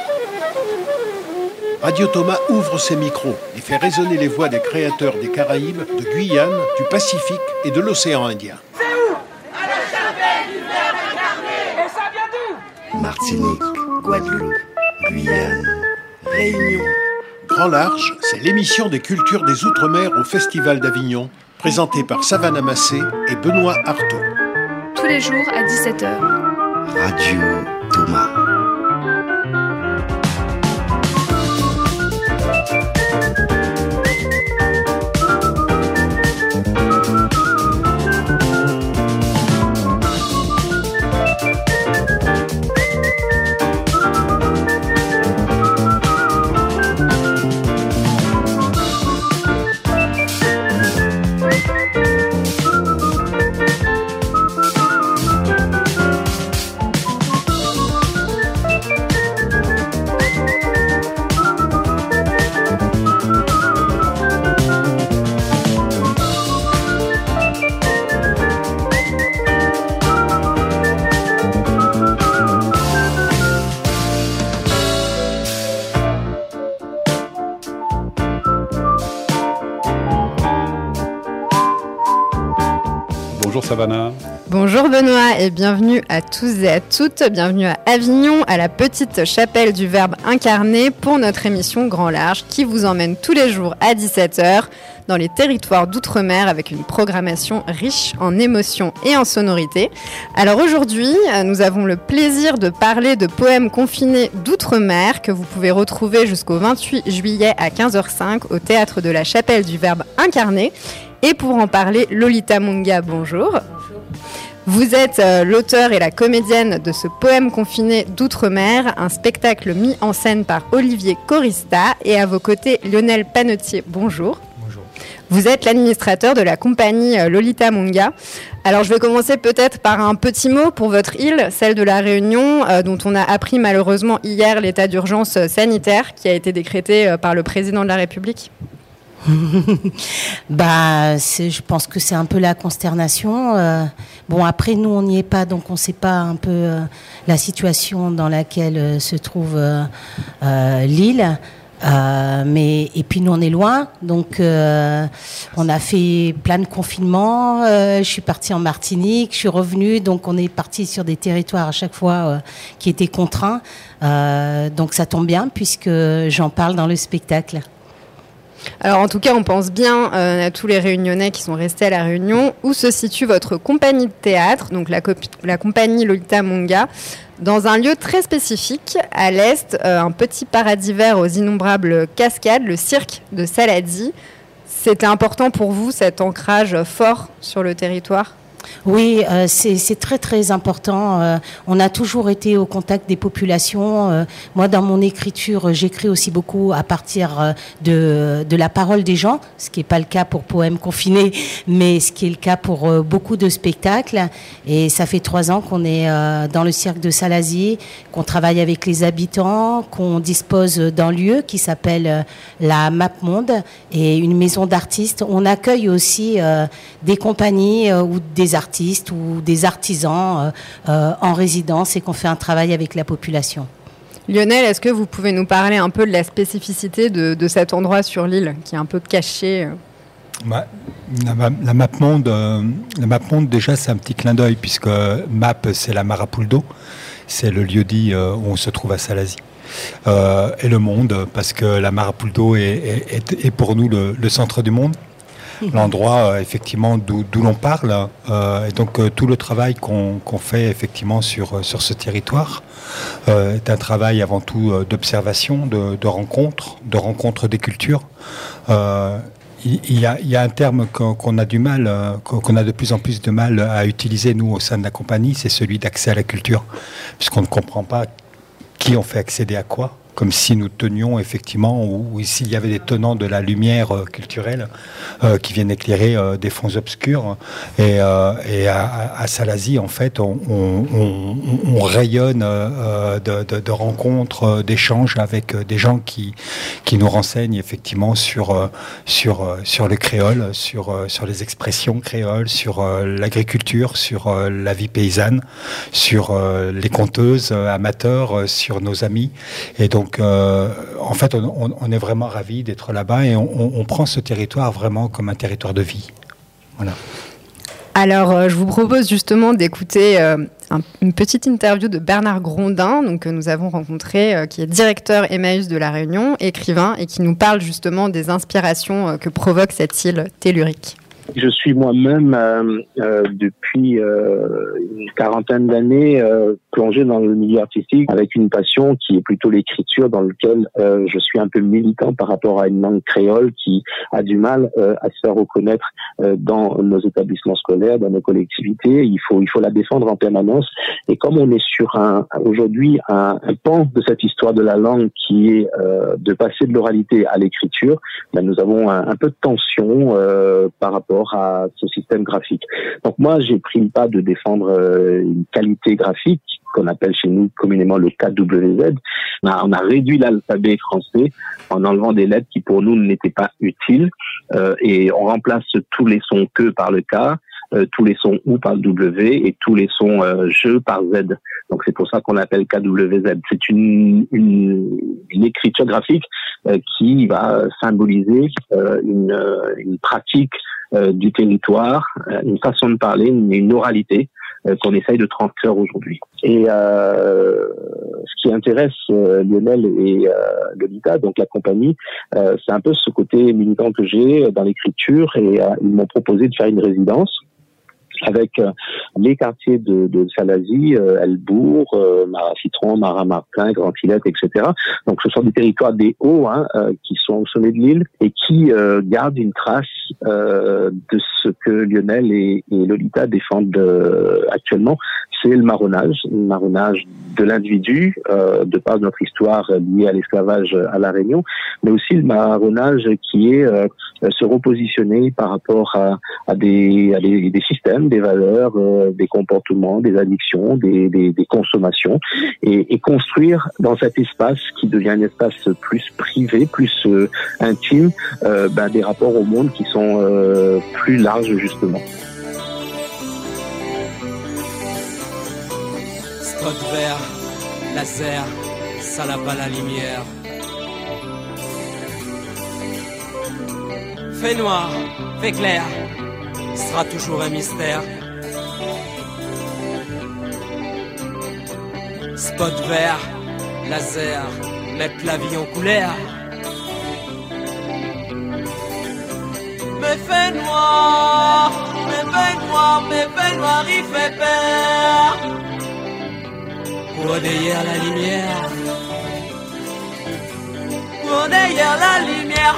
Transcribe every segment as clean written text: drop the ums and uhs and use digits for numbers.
Radio Thomas ouvre ses micros et fait résonner les voix des créateurs des Caraïbes, de Guyane, du Pacifique et de l'océan Indien. C'est où? À la chapelle du Verbe incarné. Et ça vient d'où? Martinique, Guadeloupe, Guyane, Réunion. Grand Large, c'est l'émission des cultures des Outre-mer au Festival d'Avignon, présentée par Savannah Massé et Benoît Artaud. Tous les jours à 17h. Radio Thomas. Bonjour Savannah. Bonjour Benoît et bienvenue à tous et à toutes. Bienvenue à Avignon, à la petite chapelle du Verbe incarné pour notre émission Grand Large qui vous emmène tous les jours à 17h dans les territoires d'outre-mer avec une programmation riche en émotions et en sonorités. Alors aujourd'hui, nous avons le plaisir de parler de poèmes confinés d'outre-mer que vous pouvez retrouver jusqu'au 28 juillet à 15h05 au Théâtre de la Chapelle du Verbe incarné. Et pour en parler, Lolita Munga, bonjour. Bonjour. Vous êtes l'auteur et la comédienne de ce poème confiné d'outre-mer, un spectacle mis en scène par Olivier Corista et à vos côtés Lionel Panetier, bonjour. Bonjour. Vous êtes l'administrateur de la compagnie Lolita Munga. Alors je vais commencer peut-être par un petit mot pour votre île, celle de la Réunion, dont on a appris malheureusement hier l'état d'urgence sanitaire qui a été décrété par le président de la République. Je pense que c'est un peu la consternation. Bon, après, nous, on n'y est pas, donc on ne sait pas un peu la situation dans laquelle se trouve l'île. Et puis nous, on est loin, donc on a fait plein de confinements. Je suis partie en Martinique, je suis revenue, donc on est parti sur des territoires à chaque fois qui étaient contraints. Donc ça tombe bien puisque j'en parle dans le spectacle. Alors en tout cas, on pense bien à tous les Réunionnais qui sont restés à La Réunion. Où se situe votre compagnie de théâtre, donc la compagnie Lolita Munga, dans un lieu très spécifique, à l'est, un petit paradis vert aux innombrables cascades, le cirque de Saladi. C'était important pour vous, cet ancrage fort sur le territoire ? Oui, c'est très très important. On a toujours été au contact des populations. Moi, dans mon écriture, j'écris aussi beaucoup à partir de la parole des gens, ce qui n'est pas le cas pour Poèmes confinés, mais ce qui est le cas pour beaucoup de spectacles. Et ça fait 3 ans qu'on est dans le cirque de Salazie, qu'on travaille avec les habitants, qu'on dispose d'un lieu qui s'appelle la MapMonde et une maison d'artistes. On accueille aussi des compagnies ou des artistes ou des artisans en résidence et qu'on fait un travail avec la population. Lionel, est-ce que vous pouvez nous parler un peu de la spécificité de cet endroit sur l'île qui est un peu caché La MapMonde, déjà, c'est un petit clin d'œil puisque Map, c'est la Marapuldo, c'est le lieu-dit où on se trouve à Salazie. Et le monde, parce que la Marapuldo est pour nous le centre du monde. L'endroit effectivement d'où l'on parle et donc tout le travail qu'on fait effectivement sur ce territoire est un travail avant tout d'observation, de rencontre des cultures. Il y a un terme qu'on a de plus en plus de mal à utiliser nous au sein de la compagnie, c'est celui d'accès à la culture, puisqu'on ne comprend pas qui on fait accéder à quoi, comme si nous tenions effectivement, ou s'il y avait des tenants de la lumière culturelle qui viennent éclairer des fonds obscurs. Et à Salazie, en fait, on rayonne de rencontres, d'échanges avec des gens qui nous renseignent effectivement sur le créole, sur les expressions créoles, sur l'agriculture, sur la vie paysanne, sur les conteuses amateurs, sur nos amis. Et donc, en fait, on est vraiment ravis d'être là-bas et on prend ce territoire vraiment comme un territoire de vie. Voilà. Alors, je vous propose justement d'écouter une petite interview de Bernard Grondin, donc, que nous avons rencontré, qui est directeur Emmaüs de La Réunion, écrivain, et qui nous parle justement des inspirations que provoque cette île tellurique. Je suis moi-même depuis une quarantaine d'années plongé dans le milieu artistique avec une passion qui est plutôt l'écriture, dans lequel je suis un peu militant par rapport à une langue créole qui a du mal à se faire reconnaître dans nos établissements scolaires, dans nos collectivités. Il faut la défendre en permanence. Et comme on est sur aujourd'hui un pan de cette histoire de la langue qui est de passer de l'oralité à l'écriture, nous avons un peu de tension par rapport à ce système graphique. Donc moi, j'ai pris le pas de défendre une qualité graphique qu'on appelle chez nous communément le KWZ. On a réduit l'alphabet français en enlevant des lettres qui pour nous n'étaient pas utiles et on remplace tous les sons que par le K, tous les sons ou par le W et tous les sons je par Z. Donc c'est pour ça qu'on appelle KWZ. C'est une écriture graphique qui va symboliser une pratique du territoire, une façon de parler, une oralité qu'on essaye de transcrire aujourd'hui. Et ce qui intéresse Lionel et Lolita, donc la compagnie, c'est un peu ce côté militant que j'ai dans l'écriture et ils m'ont proposé de faire une résidence avec les quartiers de Salazie, Elbourg, Marat-Citron, Marat-Martin, Grand-Îlette, etc. Donc ce sont des territoires des hauts qui sont au sommet de l'île et qui gardent une trace de ce que Lionel et Lolita défendent actuellement. C'est le marronnage de l'individu, de par notre histoire liée à l'esclavage à La Réunion, mais aussi le marronnage qui est se repositionner par rapport à des systèmes, des valeurs, des comportements, des addictions, des consommations, et construire dans cet espace qui devient un espace plus privé, plus intime, des rapports au monde qui sont plus larges justement. Spot vert, laser, ça n'a pas la lumière. Fait noir, fait clair, sera toujours un mystère. Spot vert, laser, mettre la vie en couleur. Mais fait noir, il fait peur. Pour derrière la lumière, pour derrière la lumière.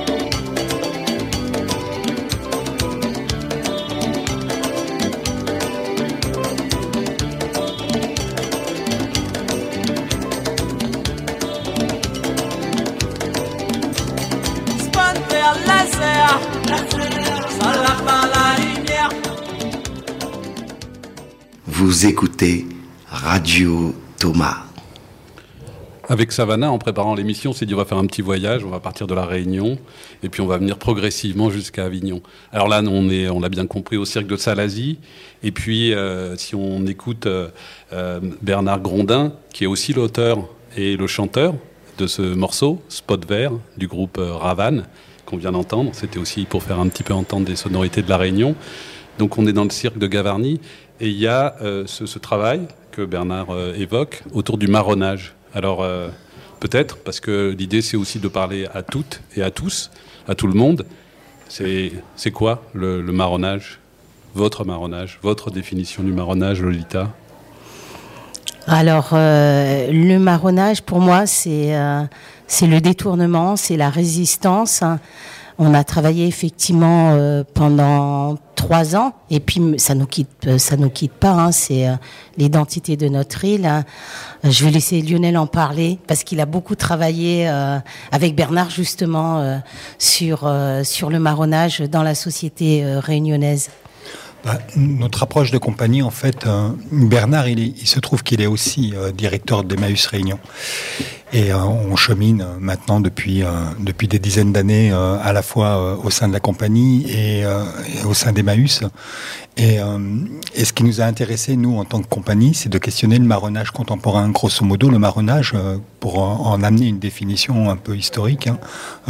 Vous écoutez Radio Thomas. Avec Savannah, en préparant l'émission, on s'est dit on va faire un petit voyage, on va partir de La Réunion et puis on va venir progressivement jusqu'à Avignon. Alors là, on l'a bien compris, au cirque de Salazie. Et puis, si on écoute Bernard Grondin, qui est aussi l'auteur et le chanteur de ce morceau, Spot Vert, du groupe Ravane, qu'on vient d'entendre. C'était aussi pour faire un petit peu entendre des sonorités de La Réunion. Donc on est dans le cirque de Gavarnie et il y a ce travail que Bernard évoque autour du marronnage. Alors peut-être, parce que l'idée c'est aussi de parler à toutes et à tous, à tout le monde. C'est quoi le marronnage, votre définition du marronnage, Lolita? Alors le marronnage pour moi c'est le détournement, c'est la résistance. On a travaillé effectivement pendant 3 ans, et puis ça nous quitte pas. Hein, c'est l'identité de notre île. Hein. Je vais laisser Lionel en parler parce qu'il a beaucoup travaillé avec Bernard justement sur le marronnage dans la société réunionnaise. Notre approche de compagnie, en fait, Bernard, il se trouve qu'il est aussi directeur d'Emmaüs Réunion. Et on chemine maintenant depuis des dizaines d'années à la fois au sein de la compagnie et au sein d'Emmaüs. Et ce qui nous a intéressé, nous, en tant que compagnie, c'est de questionner le marronnage contemporain. Grosso modo, le marronnage, pour en amener une définition un peu historique, hein,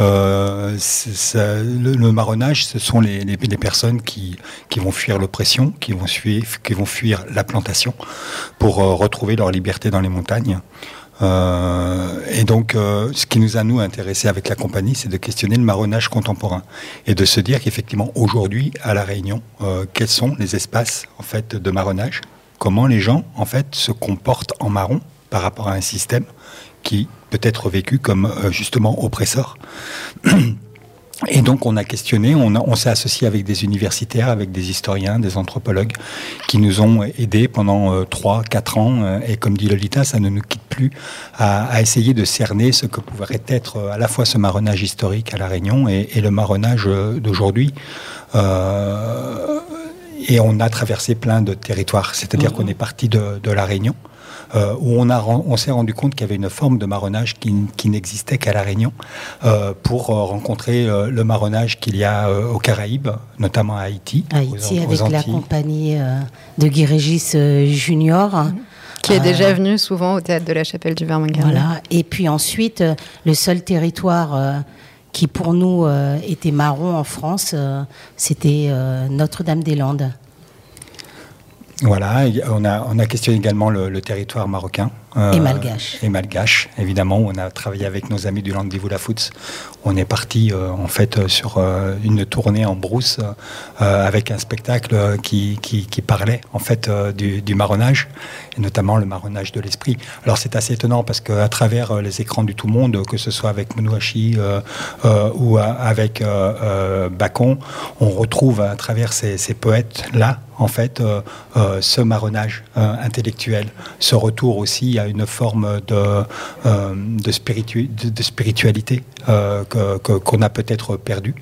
le marronnage, ce sont les personnes qui vont fuir l'oppression, qui vont fuir la plantation pour retrouver leur liberté dans les montagnes. Et donc, ce qui nous a intéressé avec la compagnie, c'est de questionner le marronnage contemporain et de se dire qu'effectivement, aujourd'hui, à La Réunion, quels sont les espaces en fait de marronnage, comment les gens en fait se comportent en marron par rapport à un système qui peut être vécu comme justement oppresseur. Et donc on a questionné, on s'est associé avec des universitaires, avec des historiens, des anthropologues qui nous ont aidés pendant 3-4 ans. Et comme dit Lolita, ça ne nous quitte plus à essayer de cerner ce que pourrait être à la fois ce marronnage historique à La Réunion et le marronnage d'aujourd'hui. Et on a traversé plein de territoires, c'est-à-dire qu'on est parti de La Réunion. Où on s'est rendu compte qu'il y avait une forme de marronnage qui n'existait qu'à La Réunion pour rencontrer le marronnage qu'il y a aux Caraïbes, notamment à Haïti. Haïti, avec la compagnie de Guy Régis Junior. Qui est déjà venu souvent au théâtre de la Chapelle du Verbe Incarné. Voilà. Et puis ensuite, le seul territoire qui pour nous était marron en France, c'était Notre-Dame-des-Landes. Voilà, on a questionné également le territoire marocain. Et malgache. Et malgache, évidemment. On a travaillé avec nos amis du Landivula Foods. On est parti en fait sur une tournée en brousse avec un spectacle qui parlait en fait du marronnage, et notamment le marronnage de l'esprit. Alors c'est assez étonnant parce qu'à travers les écrans du Tout Monde, que ce soit avec Monouachi ou avec Bacon, on retrouve à travers ces poètes-là en fait ce marronnage intellectuel, ce retour aussi à une forme de spiritualité qu'on a peut-être perdu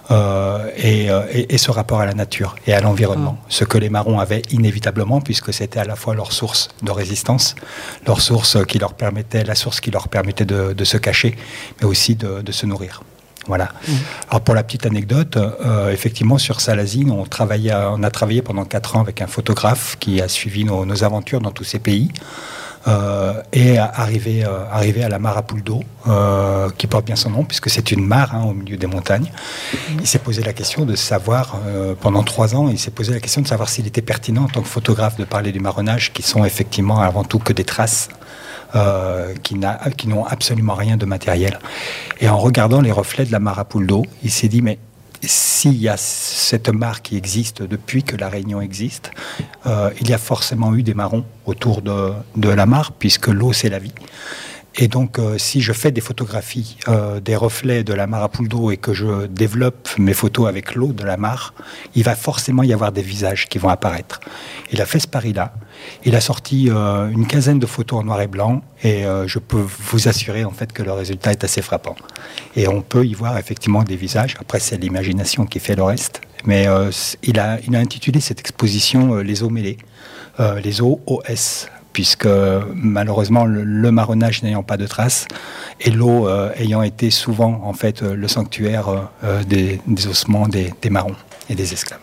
et ce rapport à la nature et à l'environnement, ce que les marrons avaient inévitablement puisque c'était à la fois leur source de résistance, la source qui leur permettait de se cacher, mais aussi de se nourrir. Voilà. Alors pour la petite anecdote, effectivement sur Salazie, on a travaillé pendant 4 ans avec un photographe qui a suivi nos aventures dans tous ces pays. Et arrivé à la mare à Poule d'eau, qui porte bien son nom puisque c'est une mare au milieu des montagnes. Il s'est posé la question de savoir, pendant 3 ans, il s'est posé la question de savoir s'il était pertinent en tant que photographe de parler du marronnage, qui sont effectivement avant tout que des traces. Qui n'ont absolument rien de matériel. Et en regardant les reflets de la mare à Poule d'eau, il s'est dit, mais s'il y a cette mare qui existe depuis que La Réunion existe, il y a forcément eu des marrons autour de la mare, puisque l'eau, c'est la vie. Et donc, si je fais des photographies des reflets de la mare à Poule d'eau et que je développe mes photos avec l'eau de la mare, il va forcément y avoir des visages qui vont apparaître. Il a fait ce pari-là. Il a sorti une quinzaine de photos en noir et blanc et je peux vous assurer en fait que le résultat est assez frappant. Et on peut y voir effectivement des visages. Après, c'est l'imagination qui fait le reste. Mais il a intitulé cette exposition Les eaux mêlées, les eaux OS. Puisque malheureusement le marronnage n'ayant pas de traces et l'eau ayant été souvent en fait le sanctuaire des ossements des marrons et des esclaves.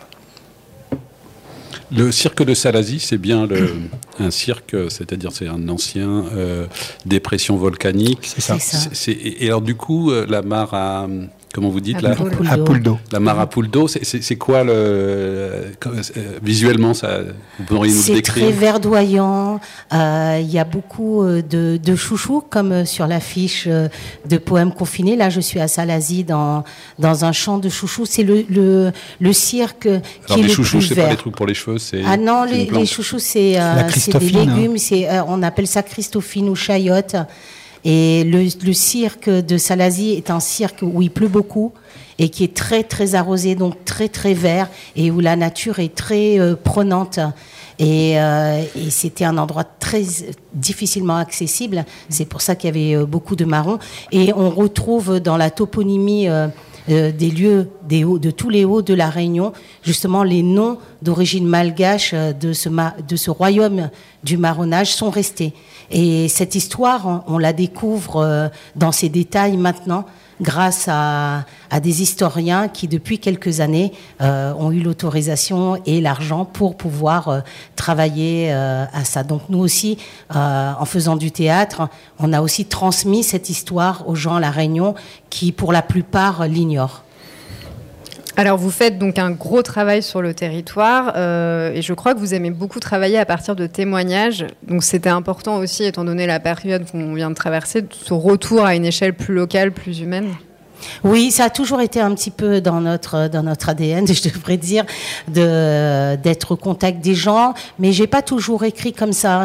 Le cirque de Salazie, c'est bien un cirque, c'est-à-dire c'est un ancien dépression volcanique. C'est ça. Et alors du coup, la mare à... Comment vous dites là ? À Poule d'eau. La mare à Poule d'eau, c'est quoi visuellement ça, vous pourriez nous le décrire ? C'est très verdoyant. Il y a beaucoup de chouchous, comme sur l'affiche de Poèmes confinés. Là, je suis à Salazie dans un champ de chouchous. C'est le cirque alors qui est le chouchous, plus vert. c'est pas des trucs pour les cheveux, c'est... Ah non, les chouchous, c'est des légumes. On appelle ça Christophine ou chayotte. Et le cirque de Salazie est un cirque où il pleut beaucoup et qui est très très arrosé, donc très très vert, et où la nature est très prenante. Et c'était un endroit très difficilement accessible. C'est pour ça qu'il y avait beaucoup de marrons. Et on retrouve dans la toponymie des lieux de tous les hauts de la Réunion, justement les noms d'origine malgache de ce royaume du marronnage sont restés. Et cette histoire, on la découvre dans ses détails maintenant, grâce à des historiens qui, depuis quelques années, ont eu l'autorisation et l'argent pour pouvoir travailler à ça. Donc nous aussi, en faisant du théâtre, on a aussi transmis cette histoire aux gens à La Réunion qui, pour la plupart, l'ignorent. Alors vous faites donc un gros travail sur le territoire et je crois que vous aimez beaucoup travailler à partir de témoignages. Donc c'était important aussi, étant donné la période qu'on vient de traverser, ce retour à une échelle plus locale, plus humaine. Oui, ça a toujours été un petit peu dans notre ADN, je devrais dire, d'être au contact des gens. Mais j'ai pas toujours écrit comme ça.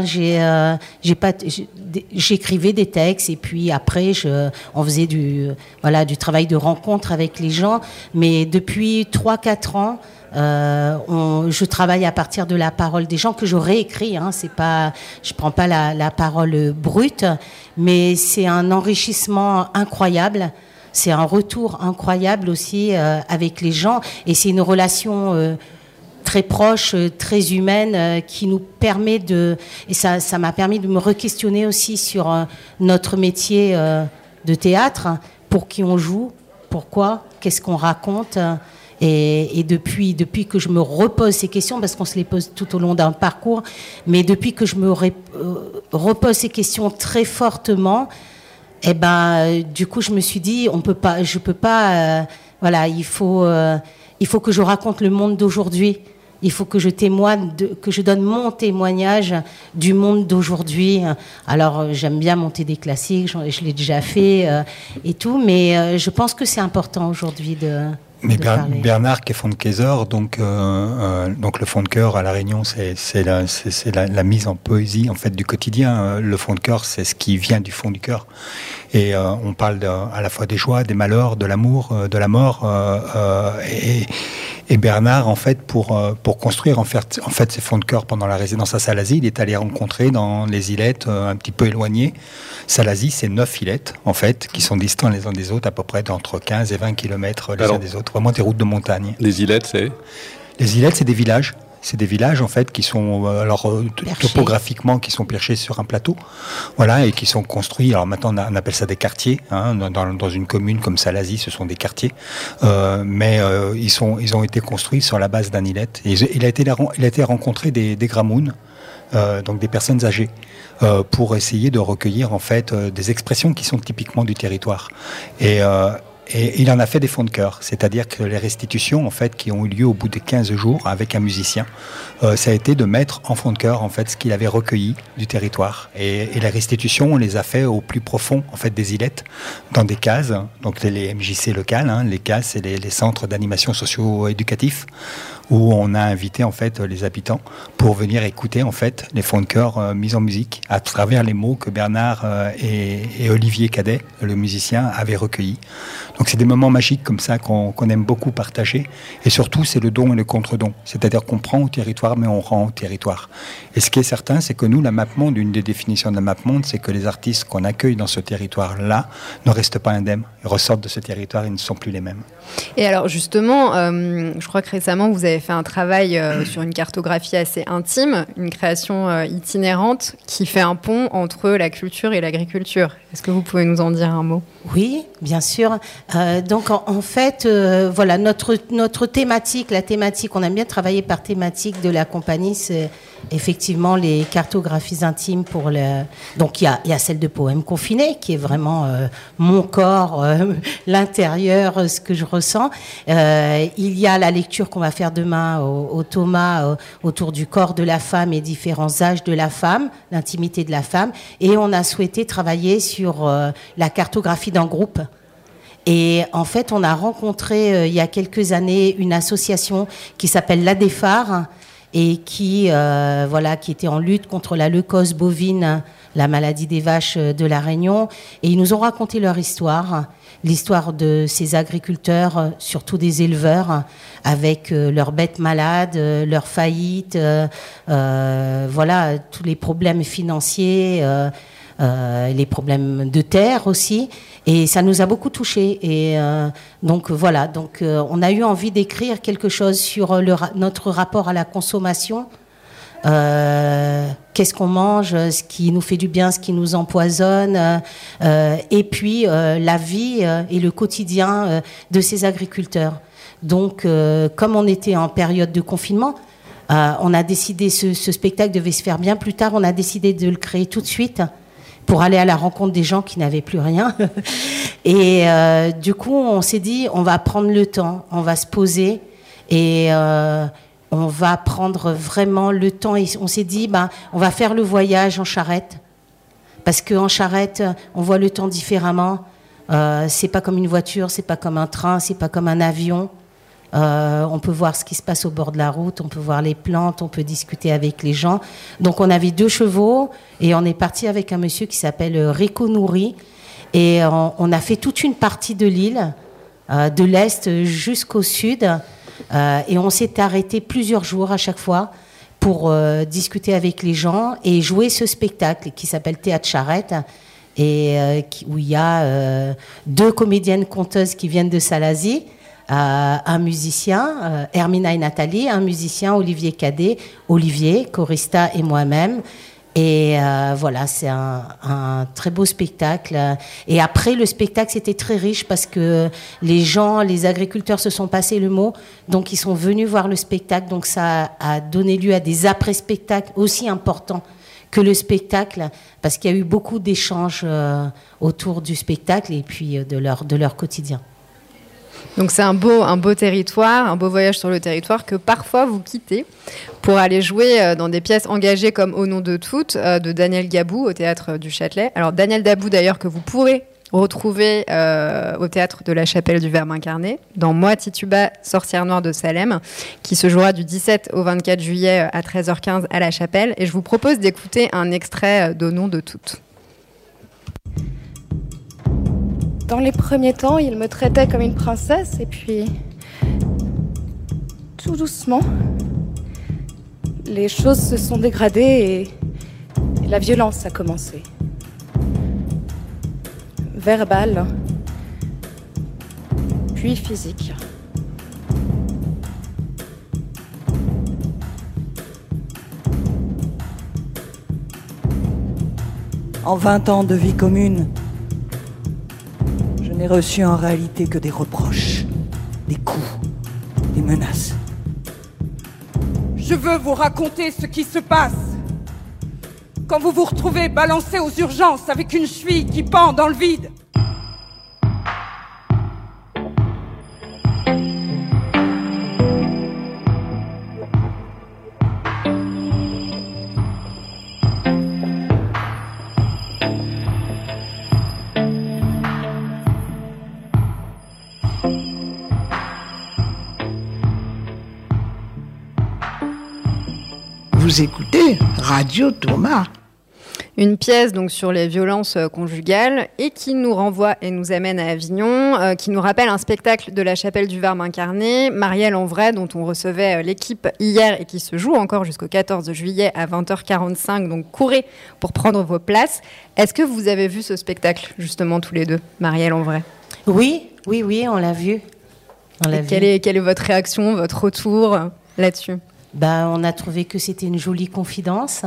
J'écrivais des textes et puis après, on faisait du travail de rencontre avec les gens. Mais depuis 3-4 ans, je travaille à partir de la parole des gens que je réécris. Je prends pas la parole brute, mais c'est un enrichissement incroyable. C'est un retour incroyable aussi avec les gens et c'est une relation très proche, très humaine qui nous permet et ça m'a permis de me re-questionner aussi sur notre métier de théâtre, pour qui on joue, pourquoi, qu'est-ce qu'on raconte. Et depuis que je me repose ces questions, parce qu'on se les pose tout au long d'un parcours, mais depuis que je me repose ces questions très fortement, du coup, je me suis dit, je peux pas. Il faut que je raconte le monde d'aujourd'hui. Il faut que je témoigne, que je donne mon témoignage du monde d'aujourd'hui. Alors, j'aime bien monter des classiques, je l'ai déjà fait et tout, mais je pense que c'est important aujourd'hui de. Mais Bernard qui est fond de Kaiser, donc le fond de cœur à La Réunion, c'est la mise en poésie en fait du quotidien. Le fond de cœur, c'est ce qui vient du fond du cœur. Et on parle à la fois des joies, des malheurs, de l'amour, de la mort. Et Bernard, en fait, pour construire en fait ses fonds de cœur pendant la résidence à Salazie, il est allé rencontrer dans les îlettes un petit peu éloignées. Salazie, c'est 9 îlettes, en fait, qui sont distants les uns des autres, à peu près d'entre 15 et 20 kilomètres les uns des autres. Vraiment des routes de montagne. Les îlettes, c'est ? Les îlettes, c'est des villages. C'est des villages en fait qui sont topographiquement qui sont perchés sur un plateau, et qui sont construits. Alors maintenant on appelle ça des quartiers. Dans une commune comme Salazie, ce sont des quartiers, mais ils ont été construits sur la base d'un îlet. Et il a été rencontré des gramounes, donc des personnes âgées, pour essayer de recueillir en fait des expressions qui sont typiquement du territoire. Et il en a fait des fonds de cœur, c'est-à-dire que les restitutions en fait qui ont eu lieu au bout de 15 jours avec un musicien, ça a été de mettre en fond de cœur en fait ce qu'il avait recueilli du territoire. Et les restitutions, on les a fait au plus profond en fait des îlettes, dans des cases, donc les MJC locales, les cases, c'est les centres d'animation socio-éducatifs, où on a invité en fait les habitants pour venir écouter en fait les fonds de cœur mis en musique à travers les mots que Bernard et Olivier Cadet, le musicien, avaient recueillis. Donc c'est des moments magiques comme ça qu'on aime beaucoup partager, et surtout c'est le don et le contre-don, c'est-à-dire qu'on prend au territoire mais on rend au territoire. Et ce qui est certain, c'est que nous, la MapMonde, une des définitions de la MapMonde, c'est que les artistes qu'on accueille dans ce territoire-là ne restent pas indemnes, ils ressortent de ce territoire, ils ne sont plus les mêmes. Et alors justement, je crois que récemment vous avez fait un travail sur une cartographie assez intime, une création itinérante qui fait un pont entre la culture et l'agriculture. Est-ce que vous pouvez nous en dire un mot ? Oui, bien sûr. Donc en fait, voilà, notre thématique, la thématique, on aime bien travailler par thématique de la compagnie, c'est effectivement les cartographies intimes pour le. Donc il y a celle de Poèmes confinés qui est vraiment mon corps, l'intérieur, ce que je ressens. Il y a la lecture qu'on va faire demain au Thomas autour du corps de la femme et différents âges de la femme, l'intimité de la femme, et on a souhaité travailler sur la cartographie d'un groupe. Et en fait, on a rencontré il y a quelques années une association qui s'appelle l'ADEFAR et qui était en lutte contre la leucose bovine, la maladie des vaches de la Réunion. Et ils nous ont raconté leur histoire, l'histoire de ces agriculteurs, surtout des éleveurs, avec leurs bêtes malades, leurs faillites, tous les problèmes financiers, les problèmes de terre aussi. Et ça nous a beaucoup touchés. Et donc on a eu envie d'écrire quelque chose sur notre rapport à la consommation. Qu'est-ce qu'on mange, ce qui nous fait du bien, ce qui nous empoisonne, et puis la vie et le quotidien de ces agriculteurs. Donc, comme on était en période de confinement, on a décidé, ce spectacle devait se faire bien plus tard, on a décidé de le créer tout de suite pour aller à la rencontre des gens qui n'avaient plus rien. Et du coup, on s'est dit, on va prendre le temps, on va se poser et on va prendre vraiment le temps. Et on s'est dit, on va faire le voyage en charrette. Parce qu'en charrette, on voit le temps différemment. C'est pas comme une voiture, c'est pas comme un train, c'est pas comme un avion. On peut voir ce qui se passe au bord de la route, on peut voir les plantes, on peut discuter avec les gens. Donc on avait 2 chevaux et on est parti avec un monsieur qui s'appelle Rico Nouri. Et on a fait toute une partie de l'île, de l'est jusqu'au sud. Et on s'est arrêté plusieurs jours à chaque fois pour discuter avec les gens et jouer ce spectacle qui s'appelle Théâtre Charrette et où il y a 2 comédiennes conteuses qui viennent de Salazie, un musicien, Hermina et Nathalie, un musicien, Olivier Cadet, Olivier, chorista et moi-même. Et c'est un très beau spectacle. Et après, le spectacle, c'était très riche parce que les agriculteurs se sont passés le mot. Donc, ils sont venus voir le spectacle. Donc, ça a donné lieu à des après-spectacles aussi importants que le spectacle parce qu'il y a eu beaucoup d'échanges autour du spectacle et puis de leur quotidien. Donc c'est un beau territoire, un beau voyage sur le territoire que parfois vous quittez pour aller jouer dans des pièces engagées comme Au nom de toutes de Daniel Gabou au Théâtre du Châtelet. Alors Daniel Gabou d'ailleurs que vous pourrez retrouver au Théâtre de la Chapelle du Verbe incarné dans Moi Tituba, sorcière noire de Salem qui se jouera du 17 au 24 juillet à 13h15 à la Chapelle. Et je vous propose d'écouter un extrait d'Au nom de toutes. Dans les premiers temps, il me traitait comme une princesse et puis, tout doucement, les choses se sont dégradées et la violence a commencé. Verbale, puis physique. En 20 ans de vie commune, je n'ai reçu en réalité que des reproches, des coups, des menaces. Je veux vous raconter ce qui se passe. Quand vous vous retrouvez balancé aux urgences avec une cheville qui pend dans le vide. Vous écoutez Radio Thomas. Une pièce donc sur les violences conjugales et qui nous renvoie et nous amène à Avignon, qui nous rappelle un spectacle de la Chapelle du Verbe incarné, Marielle en vrai, dont on recevait l'équipe hier et qui se joue encore jusqu'au 14 juillet à 20h45. Donc courez pour prendre vos places. Est-ce que vous avez vu ce spectacle justement tous les deux, Marielle en vrai ? Oui, on l'a vu. Quelle est votre réaction, votre retour là-dessus ? On a trouvé que c'était une jolie confidence.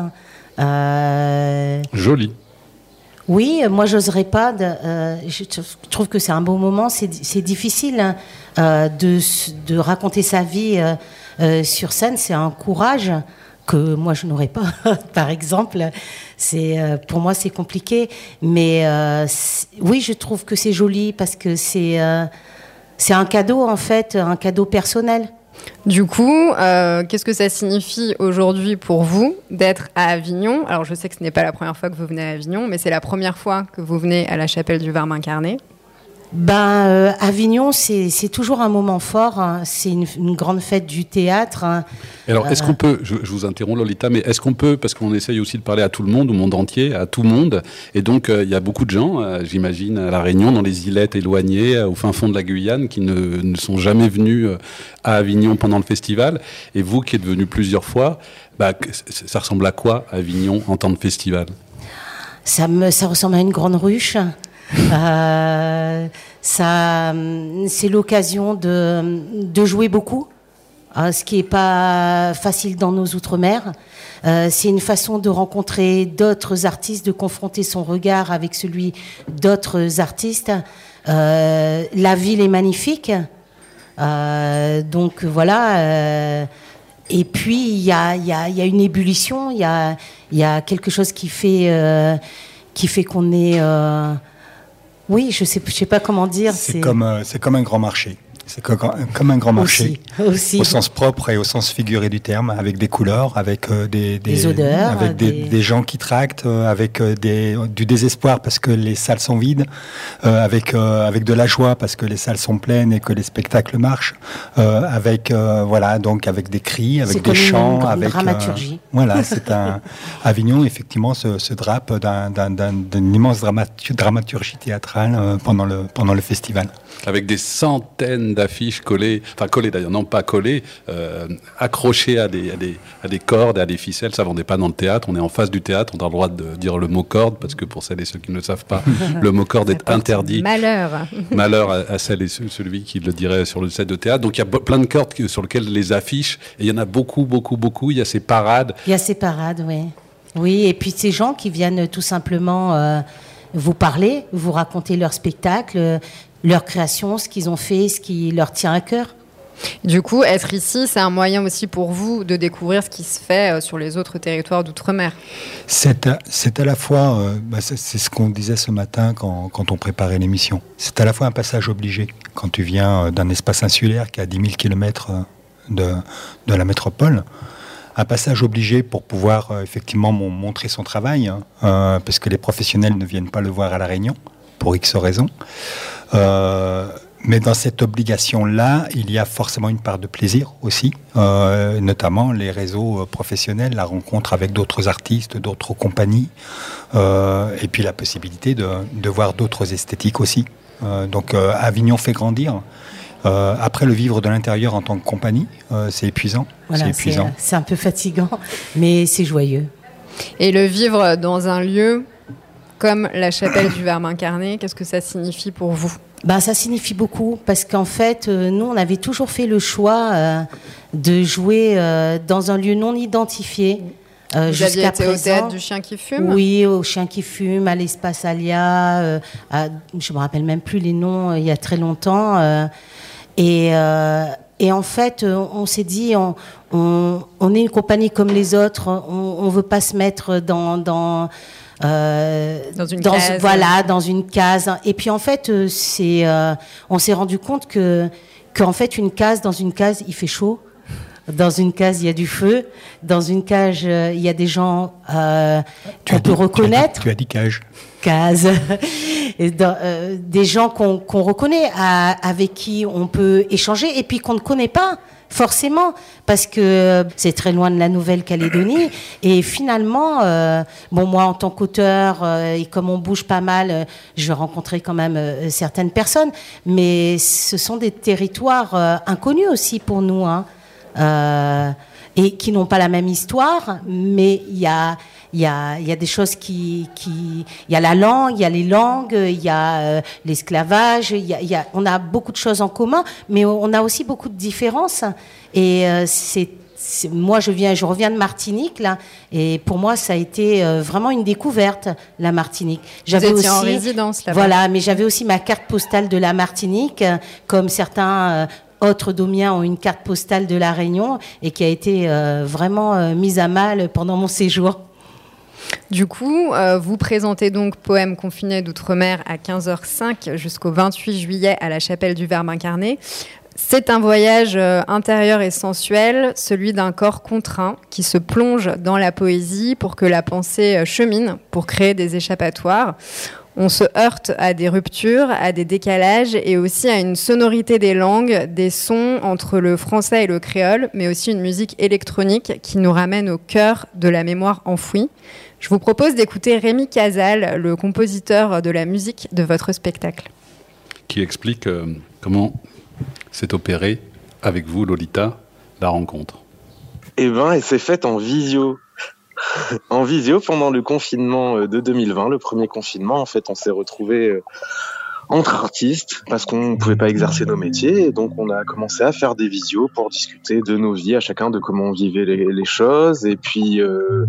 Jolie. Oui, moi j'oserais pas. Je trouve que c'est un beau moment. C'est difficile de raconter sa vie sur scène. C'est un courage que moi je n'aurais pas. Par exemple, pour moi c'est compliqué. Mais oui, je trouve que c'est joli parce que c'est un cadeau en fait, un cadeau personnel. Du coup, qu'est-ce que ça signifie aujourd'hui pour vous d'être à Avignon ? Alors, je sais que ce n'est pas la première fois que vous venez à Avignon, mais c'est la première fois que vous venez à la Chapelle du Verbe incarné. Avignon, c'est toujours un moment fort. Hein. C'est une grande fête du théâtre. Hein. Alors, est-ce qu'on peut, je vous interromps Lolita, mais est-ce qu'on peut, parce qu'on essaye aussi de parler à tout le monde, au monde entier, à tout le monde, et donc il y a beaucoup de gens, j'imagine, à La Réunion, dans les îlettes éloignées, au fin fond de la Guyane, qui ne sont jamais venus à Avignon pendant le festival. Et vous, qui êtes venus plusieurs fois, ça ressemble à quoi, Avignon, en temps de festival ? Ça ressemble à une grande ruche. C'est l'occasion de jouer beaucoup, ce qui n'est pas facile dans nos outre-mer. C'est une façon de rencontrer d'autres artistes, de confronter son regard avec celui d'autres artistes. La ville est magnifique, donc voilà. Et puis il y a une ébullition, il y a quelque chose qui fait qu'on est oui, je sais pas comment dire. C'est comme un grand marché. C'est comme un grand marché, aussi. Au sens propre et au sens figuré du terme, avec des couleurs, avec des odeurs, avec des gens qui tractent, avec du désespoir parce que les salles sont vides, avec de la joie parce que les salles sont pleines et que les spectacles marchent, avec des cris, avec des chants, avec dramaturgie. Avignon effectivement se drape d'une immense dramaturgie théâtrale pendant le festival. Avec des centaines d'affiches collées d'ailleurs, non pas collées, accrochées à des cordes, à des ficelles. Ça vendait pas dans le théâtre. On est en face du théâtre. On a le droit de dire le mot corde parce que pour celles et ceux qui ne le savent pas, le mot corde est interdit. Malheur à celle et celui qui le dirait sur le set de théâtre. Donc il y a plein de cordes sur lesquelles les affiches. Et il y en a beaucoup. Il y a ces parades. Oui. Oui, et puis ces gens qui viennent tout simplement vous parler, vous raconter leur spectacle, leur création, ce qu'ils ont fait, ce qui leur tient à cœur. Du coup, être ici, c'est un moyen aussi pour vous de découvrir ce qui se fait sur les autres territoires d'outre-mer. C'est à la fois, c'est ce qu'on disait ce matin quand on préparait l'émission, c'est à la fois un passage obligé quand tu viens d'un espace insulaire qui est à 10 000 km de la métropole. Un passage obligé pour pouvoir effectivement montrer son travail, parce que les professionnels ne viennent pas le voir à La Réunion, pour X raisons. Mais dans cette obligation-là, il y a forcément une part de plaisir aussi, notamment les réseaux professionnels, la rencontre avec d'autres artistes, d'autres compagnies, et puis la possibilité de voir d'autres esthétiques aussi. Donc Avignon fait grandir. Après, le vivre de l'intérieur en tant que compagnie, c'est épuisant. Voilà, c'est un peu fatigant, mais c'est joyeux. Et le vivre dans un lieu comme la chapelle du Verbe incarné, qu'est-ce que ça signifie pour vous ? Ça signifie beaucoup, parce qu'en fait, nous, on avait toujours fait le choix de jouer dans un lieu non identifié. Vous aviez été au théâtre du Chien qui fume ? Oui, au Chien qui fume, à l'Espace Alia, je me rappelle même plus les noms, il y a très longtemps. Et en fait, on s'est dit, on est une compagnie comme les autres, on veut pas se mettre dans une case. Voilà, dans une case. Et puis en fait, on s'est rendu compte qu'en fait, dans une case, il fait chaud. Dans une case, il y a du feu. Dans une cage, il y a des gens qu'on peut reconnaître. Tu as dit cage. Case. Et des gens qu'on reconnaît, avec qui on peut échanger, et puis qu'on ne connaît pas forcément, parce que c'est très loin de la Nouvelle-Calédonie. Et finalement, moi, en tant qu'auteur, et comme on bouge pas mal, je vais rencontrer quand même certaines personnes, mais ce sont des territoires inconnus aussi pour nous, hein. Et qui n'ont pas la même histoire, mais il y a des choses il y a la langue, il y a les langues, il y a l'esclavage, on a beaucoup de choses en commun, mais on a aussi beaucoup de différences. Et moi, je reviens de Martinique, là, et pour moi, ça a été vraiment une découverte, la Martinique. Vous étiez en résidence là-bas. Voilà, mais j'avais aussi ma carte postale de la Martinique, comme certains autres domiens ont une carte postale de la Réunion, et qui a été vraiment mise à mal pendant mon séjour. Du coup, vous présentez donc Poèmes confinés d'outre-mer à 15h05 jusqu'au 28 juillet à la chapelle du Verbe incarné. C'est un voyage intérieur et sensuel, celui d'un corps contraint qui se plonge dans la poésie pour que la pensée chemine, pour créer des échappatoires. On se heurte à des ruptures, à des décalages et aussi à une sonorité des langues, des sons entre le français et le créole, mais aussi une musique électronique qui nous ramène au cœur de la mémoire enfouie. Je vous propose d'écouter Rémi Casal, le compositeur de la musique de votre spectacle. Qui explique comment s'est opérée avec vous, Lolita, la rencontre. Elle s'est faite en visio. En visio pendant le confinement de 2020, le premier confinement. En fait, on s'est retrouvés entre artistes parce qu'on ne pouvait pas exercer nos métiers. Et donc, on a commencé à faire des visios pour discuter de nos vies, à chacun de comment on vivait les choses. Et puis,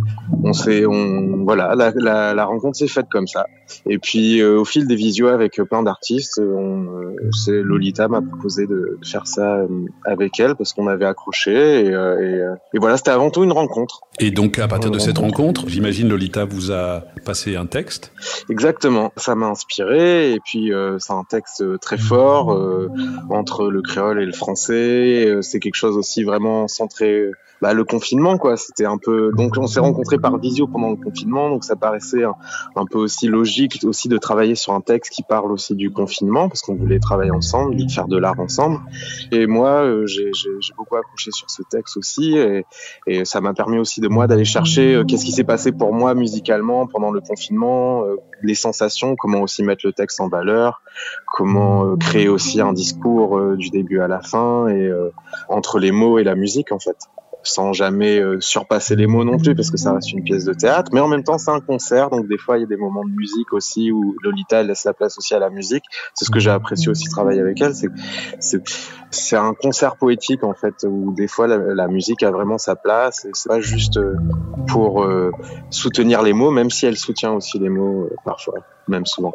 voilà, la rencontre s'est faite comme ça. Et puis, au fil des visios avec plein d'artistes, Lolita m'a proposé de faire ça avec elle parce qu'on avait accroché. Et voilà, c'était avant tout une rencontre. Et donc, à partir de cette rencontre, j'imagine Lolita vous a passé un texte. Exactement, ça m'a inspiré. Et puis, c'est un texte très fort entre le créole et le français. C'est quelque chose aussi vraiment centré. Le confinement, quoi. C'était un peu. Donc, on s'est rencontrés par visio pendant le confinement, donc ça paraissait un peu aussi logique aussi de travailler sur un texte qui parle aussi du confinement, parce qu'on voulait travailler ensemble, faire de l'art ensemble. Et moi, j'ai beaucoup accroché sur ce texte aussi, et ça m'a permis aussi de moi d'aller chercher qu'est-ce qui s'est passé pour moi musicalement pendant le confinement, les sensations, comment aussi mettre le texte en valeur, comment créer aussi un discours du début à la fin et entre les mots et la musique en fait. Sans jamais surpasser les mots non plus, parce que ça reste une pièce de théâtre, mais en même temps c'est un concert, donc des fois il y a des moments de musique aussi où Lolita elle laisse la place aussi à la musique. C'est ce que j'ai apprécié aussi travailler avec elle, c'est un concert poétique en fait, où des fois la musique a vraiment sa place, et c'est pas juste pour soutenir les mots, même si elle soutient aussi les mots parfois, même souvent.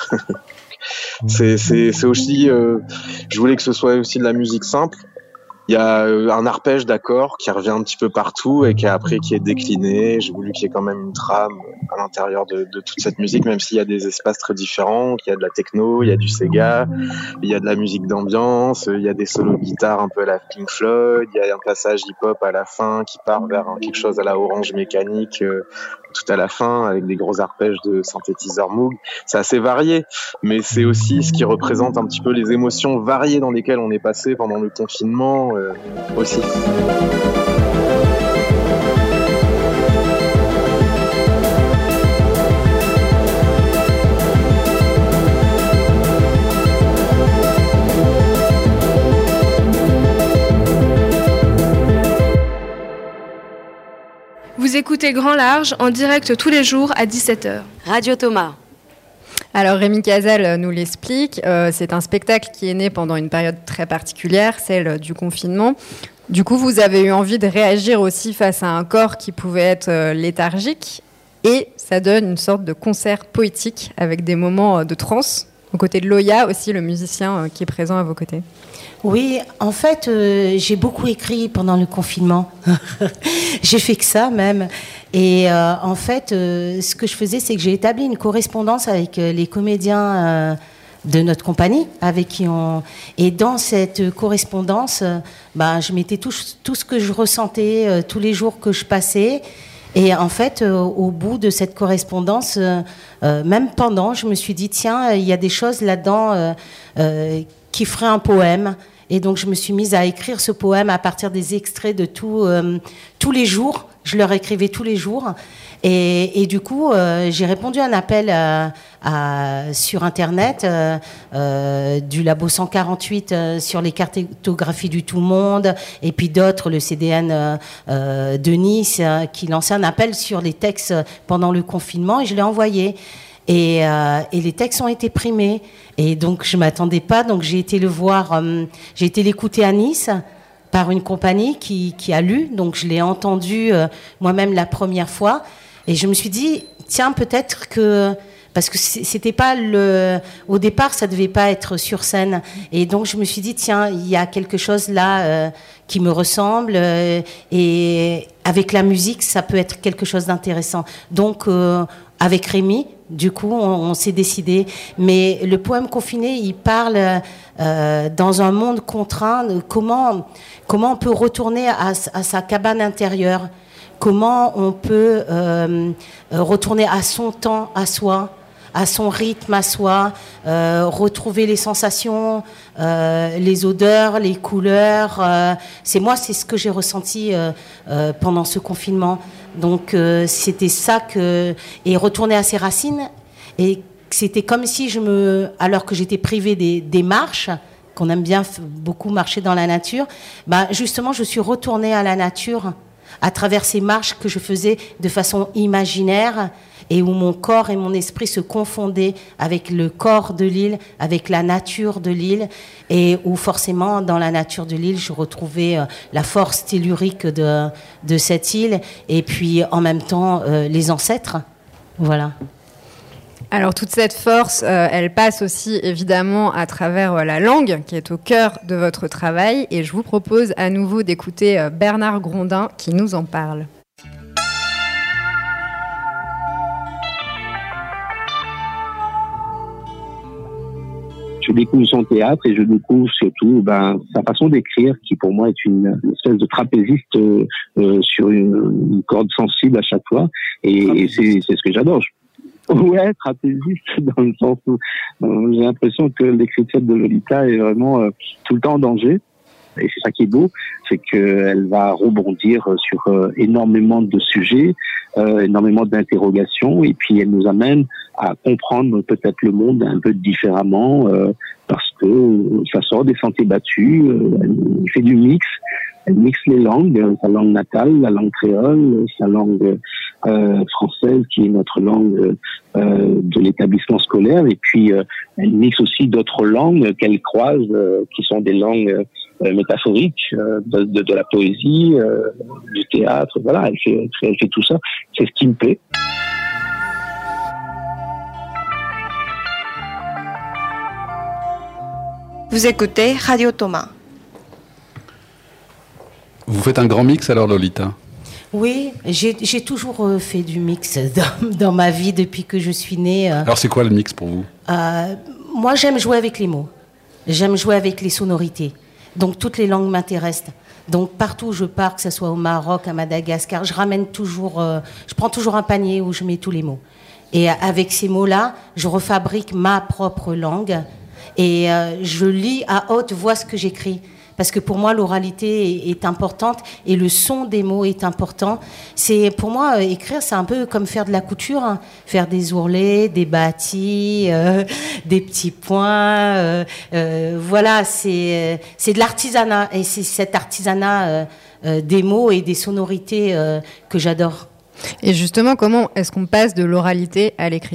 c'est aussi je voulais que ce soit aussi de la musique simple. Il y a un arpège d'accords qui revient un petit peu partout et qui est décliné. J'ai voulu qu'il y ait quand même une trame à l'intérieur de toute cette musique, même s'il y a des espaces très différents. Il y a de la techno, il y a du Sega, il y a de la musique d'ambiance, il y a des solos de guitare un peu à la Pink Floyd, il y a un passage hip-hop à la fin qui part vers quelque chose à la Orange Mécanique tout à la fin, avec des gros arpèges de synthétiseurs Moog. C'est assez varié, mais c'est aussi ce qui représente un petit peu les émotions variées dans lesquelles on est passé pendant le confinement aussi. Vous écoutez Grand Large en direct tous les jours à 17h. Radio Thomas. Alors Rémi Casal nous l'explique, c'est un spectacle qui est né pendant une période très particulière, celle du confinement. Du coup, vous avez eu envie de réagir aussi face à un corps qui pouvait être léthargique, et ça donne une sorte de concert poétique avec des moments de transe, aux côtés de Loya aussi, le musicien qui est présent à vos côtés. Oui, en fait, j'ai beaucoup écrit pendant le confinement. J'ai fait que ça même. Et en fait, ce que je faisais, c'est que j'ai établi une correspondance avec les comédiens de notre compagnie, avec qui on... Et dans cette correspondance, je mettais tout ce que je ressentais, tous les jours que je passais. Et en fait, au bout de cette correspondance, même pendant, je me suis dit, tiens, il y a des choses là-dedans qui ferait un poème. Et donc, je me suis mise à écrire ce poème à partir des extraits de tous les jours. Je leur écrivais tous les jours. Et du coup, j'ai répondu à un appel sur Internet du Labo 148 sur les cartographies du tout monde, et puis d'autres, le CDN de Nice, qui lançait un appel sur les textes pendant le confinement, et je l'ai envoyé. Et les textes ont été primés. Et donc, je ne m'attendais pas. Donc, j'ai été le voir, j'ai été l'écouter à Nice par une compagnie qui a lu. Donc, je l'ai entendu moi-même la première fois. Et je me suis dit, tiens, peut-être que... Parce que c'était pas au départ, ça devait pas être sur scène. Et donc, je me suis dit, tiens, il y a quelque chose là qui me ressemble. Et avec la musique, ça peut être quelque chose d'intéressant. Donc, avec Rémi, du coup, on s'est décidé. Mais le poème confiné, il parle dans un monde contraint, comment on peut retourner à sa cabane intérieure, comment on peut retourner à son temps, à soi, à son rythme, à soi, retrouver les sensations, les odeurs, les couleurs. C'est ce que j'ai ressenti pendant ce confinement. Donc c'était ça et retourner à ses racines. Et c'était comme si alors que j'étais privée des marches, qu'on aime bien beaucoup marcher dans la nature, justement je suis retournée à la nature à travers ces marches que je faisais de façon imaginaire et où mon corps et mon esprit se confondaient avec le corps de l'île, avec la nature de l'île, et où forcément dans la nature de l'île je retrouvais la force tellurique de cette île et puis en même temps les ancêtres. Voilà. Alors toute cette force, elle passe aussi évidemment à travers la langue qui est au cœur de votre travail, et je vous propose à nouveau d'écouter Bernard Grondin qui nous en parle. Je découvre son théâtre et je découvre surtout sa façon d'écrire qui pour moi est une espèce de trapéziste sur une corde sensible à chaque fois, et c'est ce que j'adore. Ouais, trapéziste dans le sens où j'ai l'impression que l'écriture de Lolita est vraiment tout le temps en danger. Et c'est ça qui est beau, c'est qu'elle va rebondir sur énormément de sujets, énormément d'interrogations, et puis elle nous amène à comprendre peut-être le monde un peu différemment, parce que ça sort des sentiers battus, elle fait du mix. Elle mixe les langues, sa langue natale, la langue créole, sa langue française qui est notre langue de l'établissement scolaire, et puis elle mixe aussi d'autres langues qu'elle croise, qui sont des langues métaphoriques, de la poésie, du théâtre. Voilà, elle fait tout ça. C'est ce qui me plaît. Vous écoutez Radio Thomas. Vous faites un grand mix alors, Lolita ? Oui, j'ai toujours fait du mix dans ma vie depuis que je suis née. Alors c'est quoi le mix pour vous ? Moi j'aime jouer avec les mots, j'aime jouer avec les sonorités, donc toutes les langues m'intéressent. Donc partout où je pars, que ce soit au Maroc, à Madagascar, je prends toujours un panier où je mets tous les mots. Et avec ces mots-là, je refabrique ma propre langue et je lis à haute voix ce que j'écris. Parce que pour moi, l'oralité est importante et le son des mots est important. Pour moi, écrire, c'est un peu comme faire de la couture, hein. Faire des ourlets, des bâtis, des petits points. Voilà, c'est de l'artisanat. Et c'est cet artisanat des mots et des sonorités que j'adore. Et justement, comment est-ce qu'on passe de l'oralité à l'écriture ?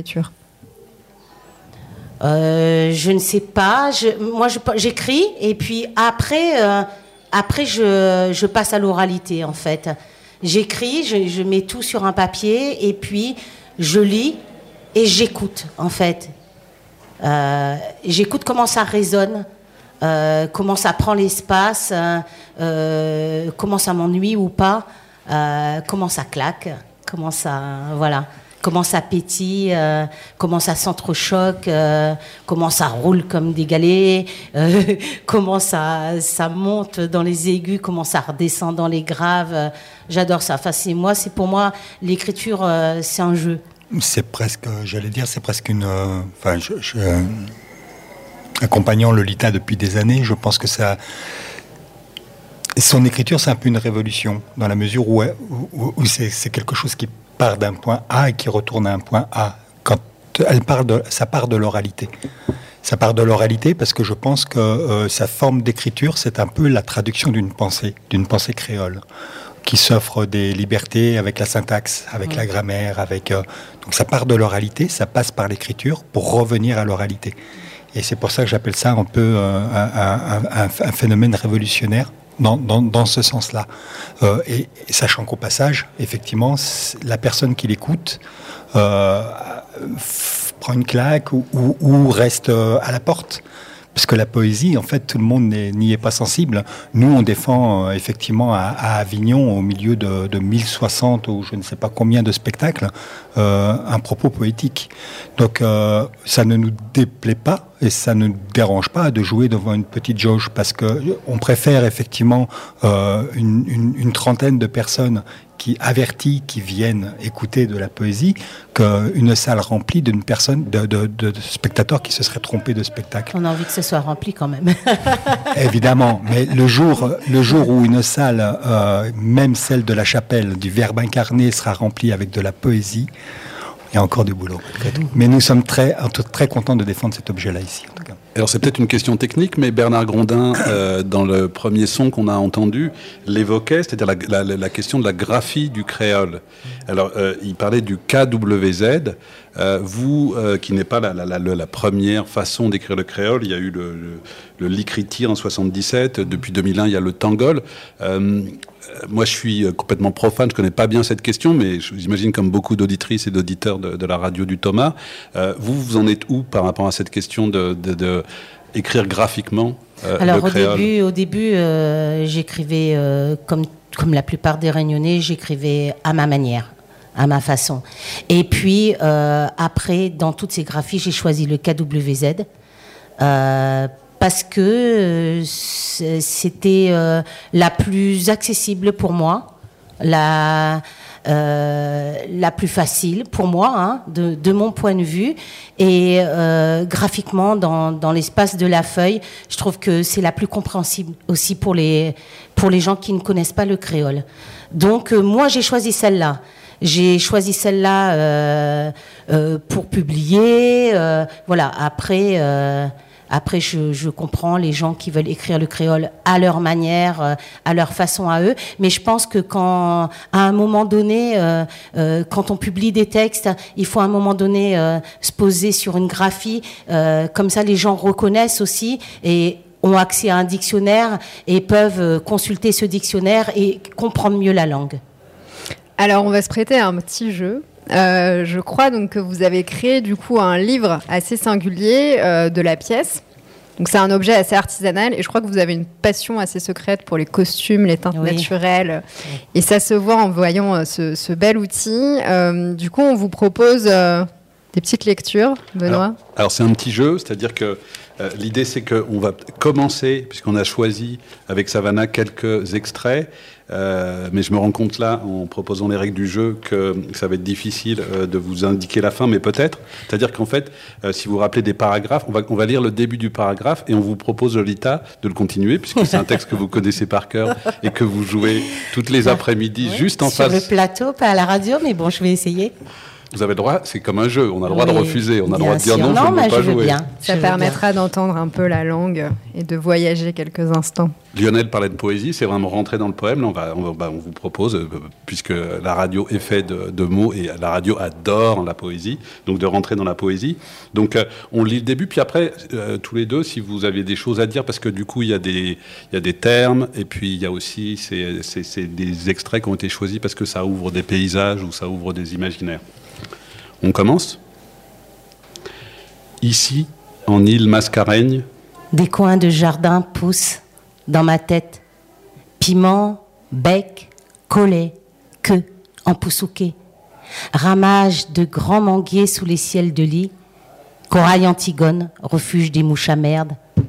Je ne sais pas. Moi, j'écris et puis après, je passe à l'oralité en fait. J'écris, je mets tout sur un papier et puis je lis et j'écoute en fait. J'écoute comment ça résonne, comment ça prend l'espace, comment ça m'ennuie ou pas, comment ça claque, comment ça pétille, comment ça s'entrechoque, comment ça roule comme des galets, comment ça monte dans les aigus, comment ça redescend dans les graves. J'adore ça. Enfin, pour moi, l'écriture, c'est un jeu. C'est presque une... accompagnant Lolita depuis des années, je pense que ça... Son écriture, c'est un peu une révolution, dans la mesure où c'est quelque chose qui part d'un point A et qui retourne à un point A. Quand ça part de l'oralité. Ça part de l'oralité parce que je pense que sa forme d'écriture, c'est un peu la traduction d'une pensée créole, qui s'offre des libertés avec la syntaxe, avec la grammaire, donc ça part de l'oralité, ça passe par l'écriture pour revenir à l'oralité. Et c'est pour ça que j'appelle ça un peu un phénomène révolutionnaire. Dans ce sens-là. Et sachant qu'au passage, effectivement, la personne qui l'écoute prend une claque ou reste à la porte. Parce que la poésie, en fait, tout le monde n'y est pas sensible. Nous, on défend effectivement à Avignon, au milieu de 1060 ou je ne sais pas combien de spectacles, un propos poétique. Donc, ça ne nous déplaît pas et ça ne nous dérange pas de jouer devant une petite jauge parce qu'on préfère effectivement une trentaine de personnes avertis qui viennent écouter de la poésie qu'une salle remplie d'une personne, de spectateurs qui se seraient trompés de spectacle. On a envie que ce soit rempli quand même. Évidemment, mais le jour où une salle, même celle de la chapelle du Verbe incarné, sera remplie avec de la poésie, il y a encore du boulot. Mais nous sommes très contents de défendre cet objet-là ici, en tout cas. Alors c'est peut-être une question technique, mais Bernard Grondin, dans le premier son qu'on a entendu, l'évoquait, c'est-à-dire la question de la graphie du créole. Alors il parlait du KWZ. Vous, qui n'est pas la première façon d'écrire le créole, il y a eu le Licritir en 77, depuis 2001 il y a le Tangol. Moi, je suis complètement profane, je connais pas bien cette question, mais j'imagine comme beaucoup d'auditrices et d'auditeurs de la radio du Thomas. Vous en êtes où par rapport à cette question de écrire graphiquement Alors, le créole? au début, j'écrivais comme la plupart des Réunionnais, j'écrivais à ma manière, à ma façon. Et puis, après, dans toutes ces graphies, j'ai choisi le KWZ. Parce que c'était la plus accessible pour moi, la plus facile pour moi, de mon point de vue. Et graphiquement, dans l'espace de la feuille, je trouve que c'est la plus compréhensible aussi pour les gens qui ne connaissent pas le créole. Donc moi, j'ai choisi celle-là. J'ai choisi celle-là pour publier. Voilà. Après, je comprends les gens qui veulent écrire le créole à leur manière, à leur façon à eux. Mais je pense que à un moment donné, quand on publie des textes, il faut à un moment donné se poser sur une graphie. Comme ça, les gens reconnaissent aussi et ont accès à un dictionnaire et peuvent consulter ce dictionnaire et comprendre mieux la langue. Alors, on va se prêter à un petit jeu. Je crois donc que vous avez créé du coup un livre assez singulier de la pièce. Donc c'est un objet assez artisanal et je crois que vous avez une passion assez secrète pour les costumes, les teintes naturelles. Et ça se voit en voyant ce bel outil. Du coup, on vous propose des petites lectures, Benoît. Alors c'est un petit jeu, c'est-à-dire que l'idée c'est qu'on va commencer, puisqu'on a choisi avec Savannah quelques extraits, mais je me rends compte là, en proposant les règles du jeu, que ça va être difficile de vous indiquer la fin, mais peut-être. C'est-à-dire qu'en fait, si vous vous rappelez des paragraphes, on va lire le début du paragraphe et on vous propose, Lolita, de le continuer, puisque c'est un texte que vous connaissez par cœur et que vous jouez toutes les après-midi juste en face. Sur le plateau, pas à la radio, mais bon, je vais essayer. Vous avez le droit, c'est comme un jeu, on a le droit de refuser, on a le droit de dire non, je ne veux pas jouer. Ça permettra d'entendre un peu la langue et de voyager quelques instants. Lionel parlait de poésie, c'est vraiment rentrer dans le poème. Là, on vous propose, puisque la radio est faite de mots et la radio adore la poésie, donc de rentrer dans la poésie. Donc on lit le début, puis après, tous les deux, si vous avez des choses à dire, parce que du coup, il y a des termes, et puis il y a aussi c'est des extraits qui ont été choisis parce que ça ouvre des paysages ou ça ouvre des imaginaires. On commence. Ici, en île Mascareigne, des coins de jardin poussent dans ma tête. Piment, bec, collet, queue, en poussouquet. Ramage de grands manguiers sous les ciels de lit. Corail Antigone, refuge des mouches à merde.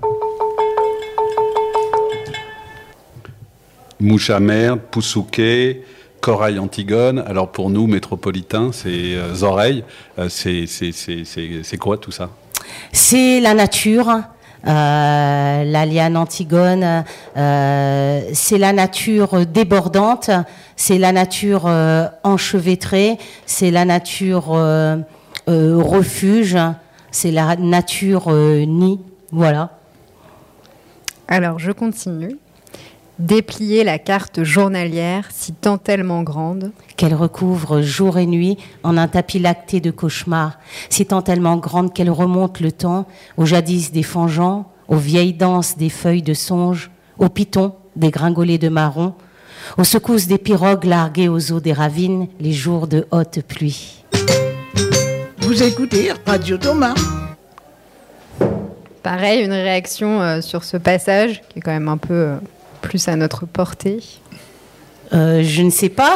Mouche à merde, poussouquet, Corail Antigone. Alors pour nous, métropolitains, c'est oreilles. C'est quoi tout ça? C'est la nature. La liane Antigone, c'est la nature débordante, c'est la nature enchevêtrée, c'est la nature refuge, c'est la nature nid. Voilà. Alors je continue. Déplier la carte journalière si tant tellement grande qu'elle recouvre jour et nuit en un tapis lacté de cauchemars, si tant tellement grande qu'elle remonte le temps au jadis des fangeants, aux vieilles danses des feuilles de songe, aux pitons des gringolés de marron, aux secousses des pirogues larguées aux eaux des ravines les jours de haute pluie. Vous écoutez Radio Thomas. Pareil, une réaction sur ce passage qui est quand même un peu plus à notre portée. Je ne sais pas.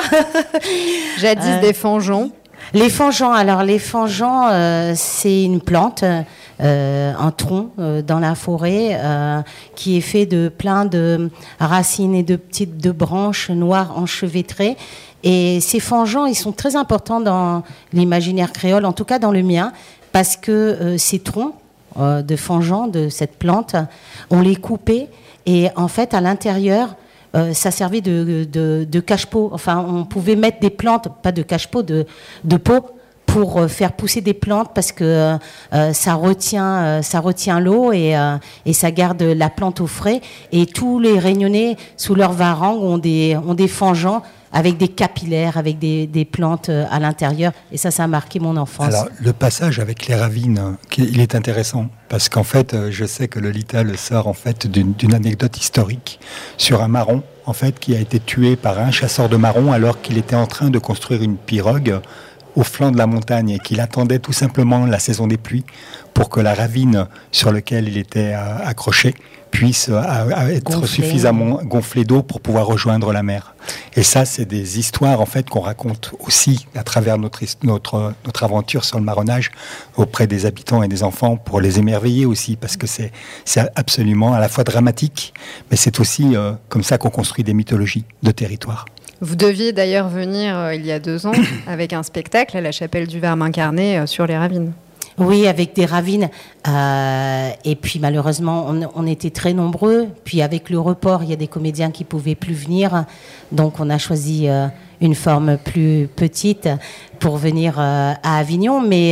Jadis des fangeants. Les fangeants, alors les fangeants, c'est une plante un tronc dans la forêt qui est fait de plein de racines et de branches noires enchevêtrées. Et ces fangeants, ils sont très importants dans l'imaginaire créole, en tout cas dans le mien, parce que ces troncs de fangeants, de cette plante, on les coupait et en fait à l'intérieur, ça servait de cache-pot. Enfin, on pouvait mettre des plantes, pas de cache-pot, de pot, pour faire pousser des plantes parce que ça retient l'eau et ça garde la plante au frais. Et tous les Réunionnais, sous leur varangue, ont des fangeants avec des capillaires, avec des plantes à l'intérieur. Et ça a marqué mon enfance. Alors, le passage avec les ravines, il est intéressant. Parce qu'en fait, je sais que Lolita le sort en fait d'une anecdote historique sur un marron, en fait, qui a été tué par un chasseur de marrons alors qu'il était en train de construire une pirogue au flanc de la montagne et qu'il attendait tout simplement la saison des pluies pour que la ravine sur laquelle il était accroché puisse être suffisamment gonflée d'eau pour pouvoir rejoindre la mer. Et ça, c'est des histoires en fait qu'on raconte aussi à travers notre aventure sur le marronnage auprès des habitants et des enfants pour les émerveiller aussi, parce que c'est absolument à la fois dramatique, mais c'est aussi comme ça qu'on construit des mythologies de territoire. Vous deviez d'ailleurs venir il y a 2 ans avec un spectacle à la Chapelle du Verbe incarné sur les ravines. Oui, avec des ravines. Et puis malheureusement, on était très nombreux. Puis avec le report, il y a des comédiens qui ne pouvaient plus venir. Donc on a choisi une forme plus petite pour venir à Avignon. Mais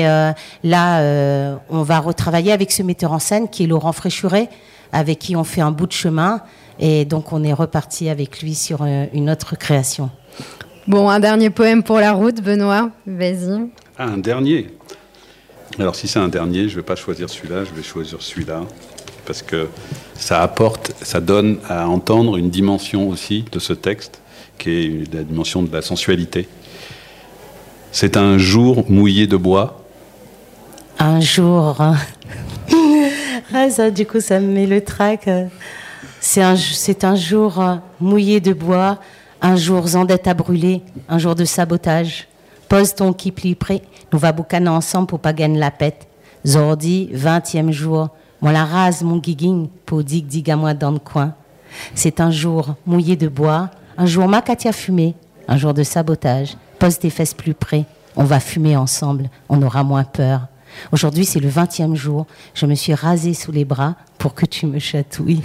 là, on va retravailler avec ce metteur en scène qui est Laurent Fréchuret, avec qui on fait un bout de chemin. Et donc on est reparti avec lui sur une autre création. Bon, un dernier poème pour la route, Benoît, vas-y. Ah, un dernier. Alors si c'est un dernier, je ne vais pas choisir celui-là, je vais choisir celui-là, parce que ça donne à entendre une dimension aussi de ce texte, qui est la dimension de la sensualité. C'est un jour mouillé de bois. Un jour... ça, du coup, ça me met le trac. C'est un jour mouillé de bois, un jour zandette à brûler, un jour de sabotage. Pose ton qui plie près, nous va boucaner ensemble pour pas gagner la pète. Zordi, 20e jour, moi la rase mon guiguin pour dig à moi dans le coin. C'est un jour mouillé de bois, un jour macatia fumé, un jour de sabotage. Pose tes fesses plus près, on va fumer ensemble, on aura moins peur. Aujourd'hui c'est le 20e jour, je me suis rasée sous les bras pour que tu me chatouilles.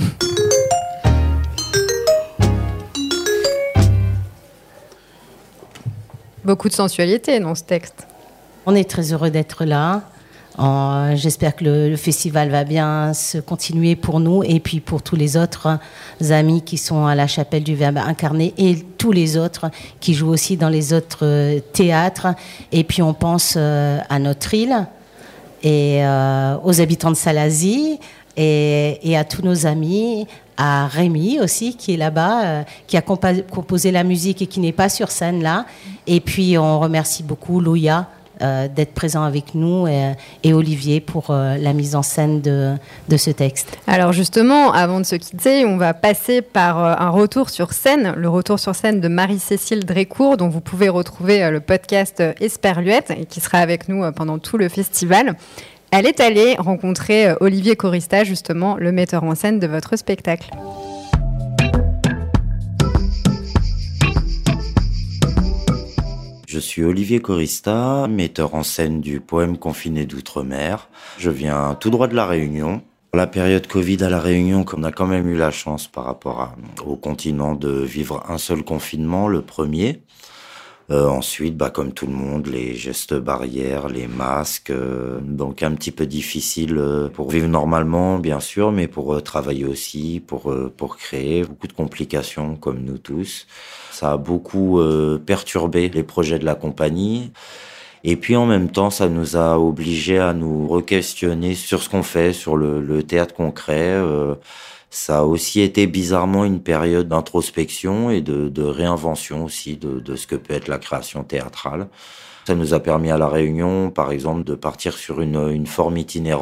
Beaucoup de sensualité dans ce texte. On est très heureux d'être là. J'espère que le festival va bien se continuer pour nous et puis pour tous les autres amis qui sont à la Chapelle du Verbe incarné et tous les autres qui jouent aussi dans les autres théâtres. Et puis on pense à notre île et aux habitants de Salazie et à tous nos amis, à Rémi aussi qui est là-bas, qui a composé la musique et qui n'est pas sur scène là. Et puis on remercie beaucoup Louia d'être présent avec nous et Olivier pour la mise en scène de ce texte. Alors justement, avant de se quitter, on va passer par un retour sur scène, le retour sur scène de Marie-Cécile Drécourt, dont vous pouvez retrouver le podcast Esperluette et qui sera avec nous pendant tout le festival. Elle est allée rencontrer Olivier Corista, justement, le metteur en scène de votre spectacle. Je suis Olivier Corista, metteur en scène du poème Confiné d'Outre-mer. Je viens tout droit de La Réunion. La période Covid à La Réunion, on a quand même eu la chance par rapport au continent de vivre un seul confinement, le premier. Ensuite, comme tout le monde, les gestes barrières, les masques, donc un petit peu difficile pour vivre normalement, bien sûr, mais pour travailler aussi, pour créer, beaucoup de complications comme nous tous. Ça a beaucoup perturbé les projets de la compagnie. Et puis en même temps, ça nous a obligés à nous re-questionner sur ce qu'on fait, sur le théâtre qu'on crée. Ça a aussi été bizarrement une période d'introspection et de réinvention aussi de ce que peut être la création théâtrale. Ça nous a permis à La Réunion, par exemple, de partir sur une forme itinérante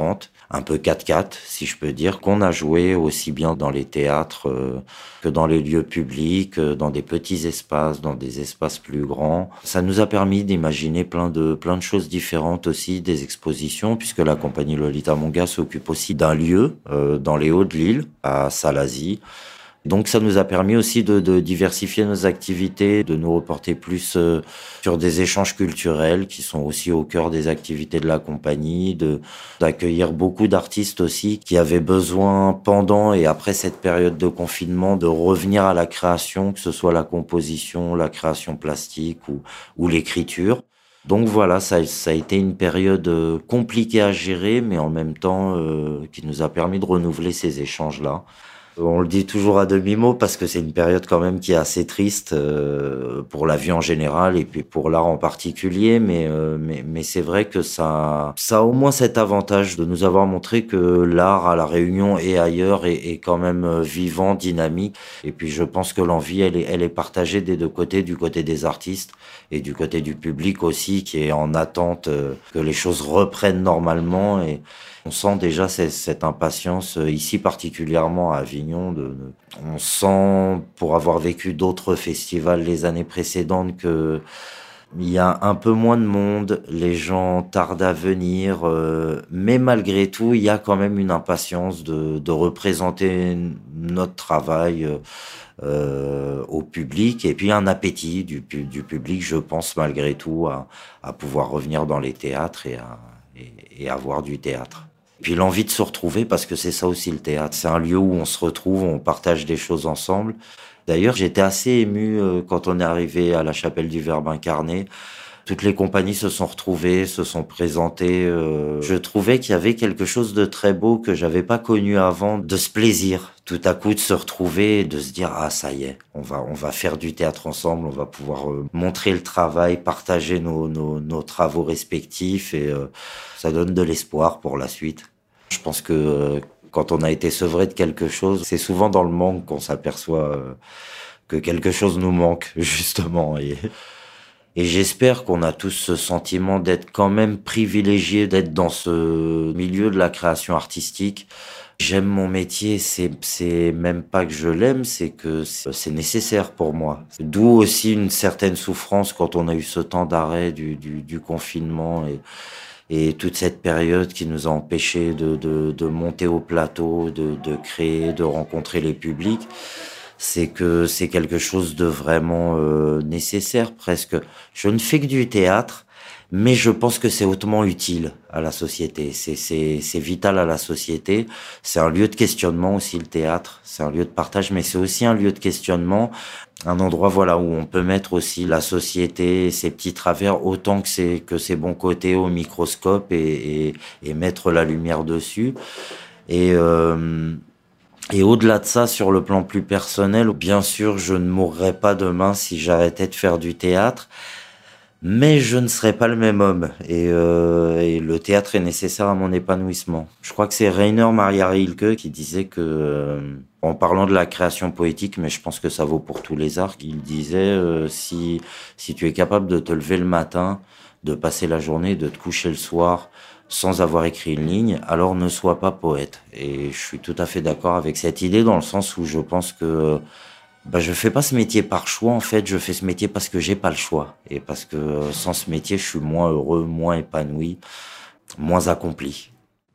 un peu 4x4, si je peux dire, qu'on a joué aussi bien dans les théâtres que dans les lieux publics, dans des petits espaces, dans des espaces plus grands. Ça nous a permis d'imaginer plein de choses différentes aussi, des expositions, puisque la compagnie Lolita Monga s'occupe aussi d'un lieu dans les Hauts de l'Île, à Salazie. Donc ça nous a permis aussi de diversifier nos activités, de nous reporter plus sur des échanges culturels qui sont aussi au cœur des activités de la compagnie, d'accueillir beaucoup d'artistes aussi qui avaient besoin pendant et après cette période de confinement de revenir à la création, que ce soit la composition, la création plastique ou l'écriture. Donc voilà, ça a été une période compliquée à gérer, mais en même temps qui nous a permis de renouveler ces échanges-là. On le dit toujours à demi-mot parce que c'est une période quand même qui est assez triste pour la vie en général et puis pour l'art en particulier, mais c'est vrai que ça a au moins cet avantage de nous avoir montré que l'art à La Réunion et ailleurs est quand même vivant, dynamique. Et puis je pense que l'envie, elle est partagée des deux côtés, du côté des artistes et du côté du public aussi, qui est en attente que les choses reprennent normalement. Et on sent déjà cette impatience, ici particulièrement à Avignon. On sent, pour avoir vécu d'autres festivals les années précédentes, que il y a un peu moins de monde, les gens tardent à venir, mais malgré tout, il y a quand même une impatience de représenter notre travail au public, et puis un appétit du public, je pense malgré tout, à pouvoir revenir dans les théâtres et à voir du théâtre. Puis l'envie de se retrouver, parce que c'est ça aussi le théâtre. C'est un lieu où on se retrouve, on partage des choses ensemble. D'ailleurs, j'étais assez ému quand on est arrivé à la chapelle du Verbe incarné. Toutes les compagnies se sont retrouvées, se sont présentées. Je trouvais qu'il y avait quelque chose de très beau que j'avais pas connu avant, de ce plaisir, tout à coup de se retrouver et de se dire « Ah, ça y est, on va faire du théâtre ensemble, on va pouvoir montrer le travail, partager nos travaux respectifs et ça donne de l'espoir pour la suite. » Je pense que quand on a été sevré de quelque chose, c'est souvent dans le manque qu'on s'aperçoit que quelque chose nous manque, justement. Et j'espère qu'on a tous ce sentiment d'être quand même privilégiés, d'être dans ce milieu de la création artistique. J'aime mon métier, c'est même pas que je l'aime, c'est que c'est nécessaire pour moi. D'où aussi une certaine souffrance quand on a eu ce temps d'arrêt du confinement et toute cette période qui nous a empêchés de monter au plateau, de créer, de rencontrer les publics. C'est que c'est quelque chose de vraiment nécessaire presque. Je ne fais que du théâtre, mais je pense que c'est hautement utile à la société. C'est vital à la société. C'est un lieu de questionnement aussi, le théâtre. C'est un lieu de partage, mais c'est aussi un lieu de questionnement. Un endroit, voilà, où on peut mettre aussi la société, ses petits travers, autant que ses bons côtés au microscope et mettre la lumière dessus. Et au-delà de ça, sur le plan plus personnel, bien sûr, je ne mourrais pas demain si j'arrêtais de faire du théâtre, mais je ne serais pas le même homme. Et le théâtre est nécessaire à mon épanouissement. Je crois que c'est Rainer Maria Rilke qui disait que, en parlant de la création poétique, mais je pense que ça vaut pour tous les arts, il disait si tu es capable de te lever le matin, de passer la journée, de te coucher le soir, sans avoir écrit une ligne, alors ne sois pas poète. Et je suis tout à fait d'accord avec cette idée dans le sens où je pense que je fais pas ce métier par choix, en fait, je fais ce métier parce que j'ai pas le choix. Et parce que sans ce métier, je suis moins heureux, moins épanoui, moins accompli.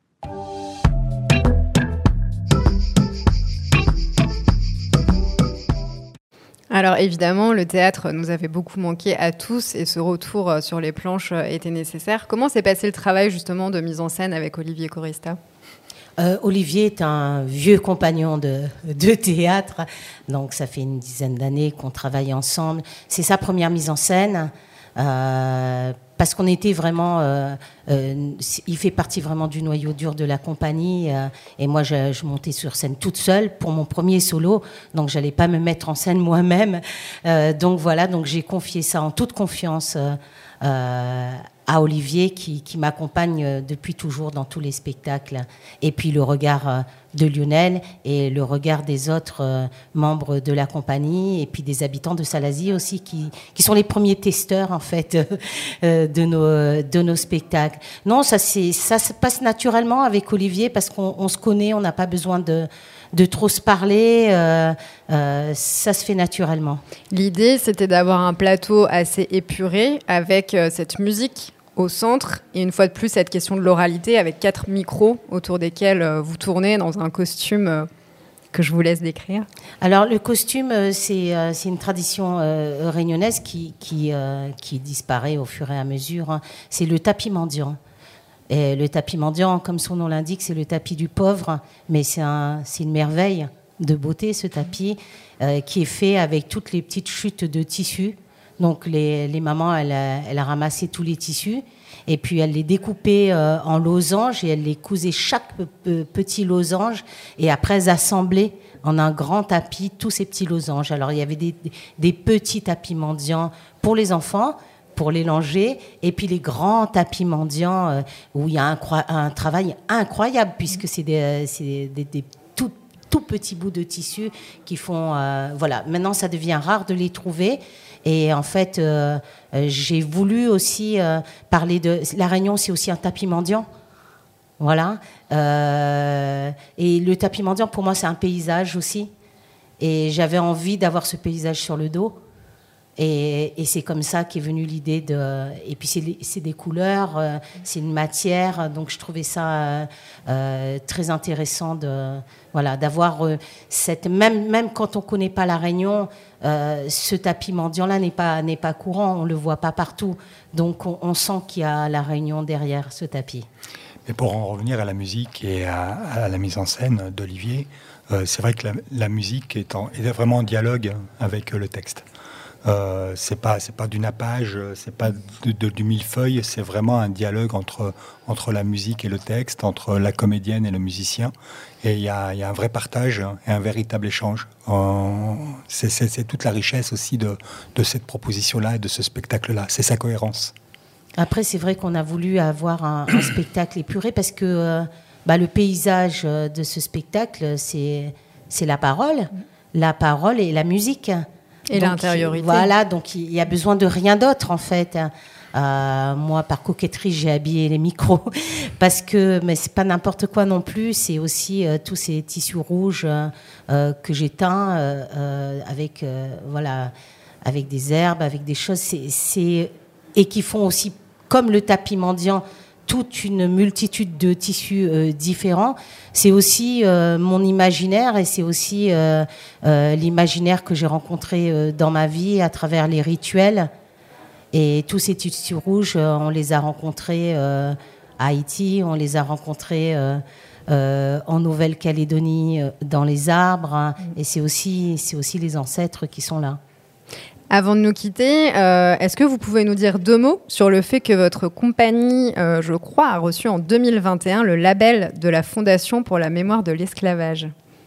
Alors évidemment, le théâtre nous avait beaucoup manqué à tous et ce retour sur les planches était nécessaire. Comment s'est passé le travail justement de mise en scène avec Olivier Corista ? Olivier est un vieux compagnon de théâtre, donc ça fait une dizaine d'années qu'on travaille ensemble. C'est sa première mise en scène. Parce qu'on était vraiment... il fait partie vraiment du noyau dur de la compagnie. Et moi, je montais sur scène toute seule pour mon premier solo. Donc, j'allais pas me mettre en scène moi-même. Donc, voilà. Donc, j'ai confié ça en toute confiance à Olivier qui m'accompagne depuis toujours dans tous les spectacles. Et puis, le regard Lionel et le regard des autres membres de la compagnie et puis des habitants de Salazie aussi qui sont les premiers testeurs en fait de nos spectacles. Non, ça se passe naturellement avec Olivier parce qu'on se connaît, on n'a pas besoin de trop se parler, ça se fait naturellement. L'idée, c'était d'avoir un plateau assez épuré avec cette musique au centre et une fois de plus cette question de l'oralité avec 4 micros autour desquels vous tournez dans un costume que je vous laisse décrire. Alors le costume, c'est une tradition réunionnaise qui disparaît au fur et à mesure. Hein. C'est le tapis mendiant. Et le tapis mendiant, comme son nom l'indique, c'est le tapis du pauvre, mais c'est une merveille de beauté, ce tapis, qui est fait avec toutes les petites chutes de tissus. Donc les mamans, elle a ramassé tous les tissus, et puis elle les découpait en losanges, et elle les cousait chaque petit losange, et après elles assemblaient en un grand tapis tous ces petits losanges. Alors il y avait des petits tapis mendiants pour les enfants, pour les langer, et puis les grands tapis mendiants où il y a un travail incroyable puisque c'est des tout petits bouts de tissu qui font... voilà, maintenant ça devient rare de les trouver et en fait j'ai voulu aussi parler de... La Réunion, c'est aussi un tapis mendiant. Voilà. Et le tapis mendiant, pour moi, c'est un paysage aussi. Et j'avais envie d'avoir ce paysage sur le dos. Et c'est comme ça qu'est venue l'idée de... Et puis c'est des couleurs, c'est une matière, donc je trouvais ça très intéressant d'avoir cette... Même quand on ne connaît pas la Réunion, ce tapis mendiant-là n'est pas courant, on ne le voit pas partout. Donc on sent qu'il y a la Réunion derrière ce tapis. Mais pour en revenir à la musique et à la mise en scène d'Olivier, c'est vrai que la musique est vraiment en dialogue avec le texte. C'est pas du nappage, c'est pas du millefeuille, c'est vraiment un dialogue entre la musique et le texte, entre la comédienne et le musicien. Et il y a un vrai partage et un véritable échange. C'est toute la richesse aussi de cette proposition-là et de ce spectacle-là. C'est sa cohérence. Après, c'est vrai qu'on a voulu avoir un spectacle épuré parce que le paysage de ce spectacle, c'est la parole et la musique. Et donc, l'intériorité. Voilà, donc il y a besoin de rien d'autre en fait. Moi, par coquetterie, j'ai habillé les micros mais c'est pas n'importe quoi non plus. C'est aussi tous ces tissus rouges que j'ai teints avec des herbes, avec des choses. Et qui font aussi, comme le tapis mendiant, toute une multitude de tissus différents. C'est aussi mon imaginaire et c'est aussi l'imaginaire que j'ai rencontré dans ma vie à travers les rituels. Et tous ces tissus rouges, on les a rencontrés à Haïti, on les a rencontrés en Nouvelle-Calédonie dans les arbres. Hein, et c'est aussi les ancêtres qui sont là. Avant de nous quitter, est-ce que vous pouvez nous dire 2 mots sur le fait que votre compagnie, je crois, a reçu en 2021 le label de la Fondation pour la mémoire de l'esclavage ?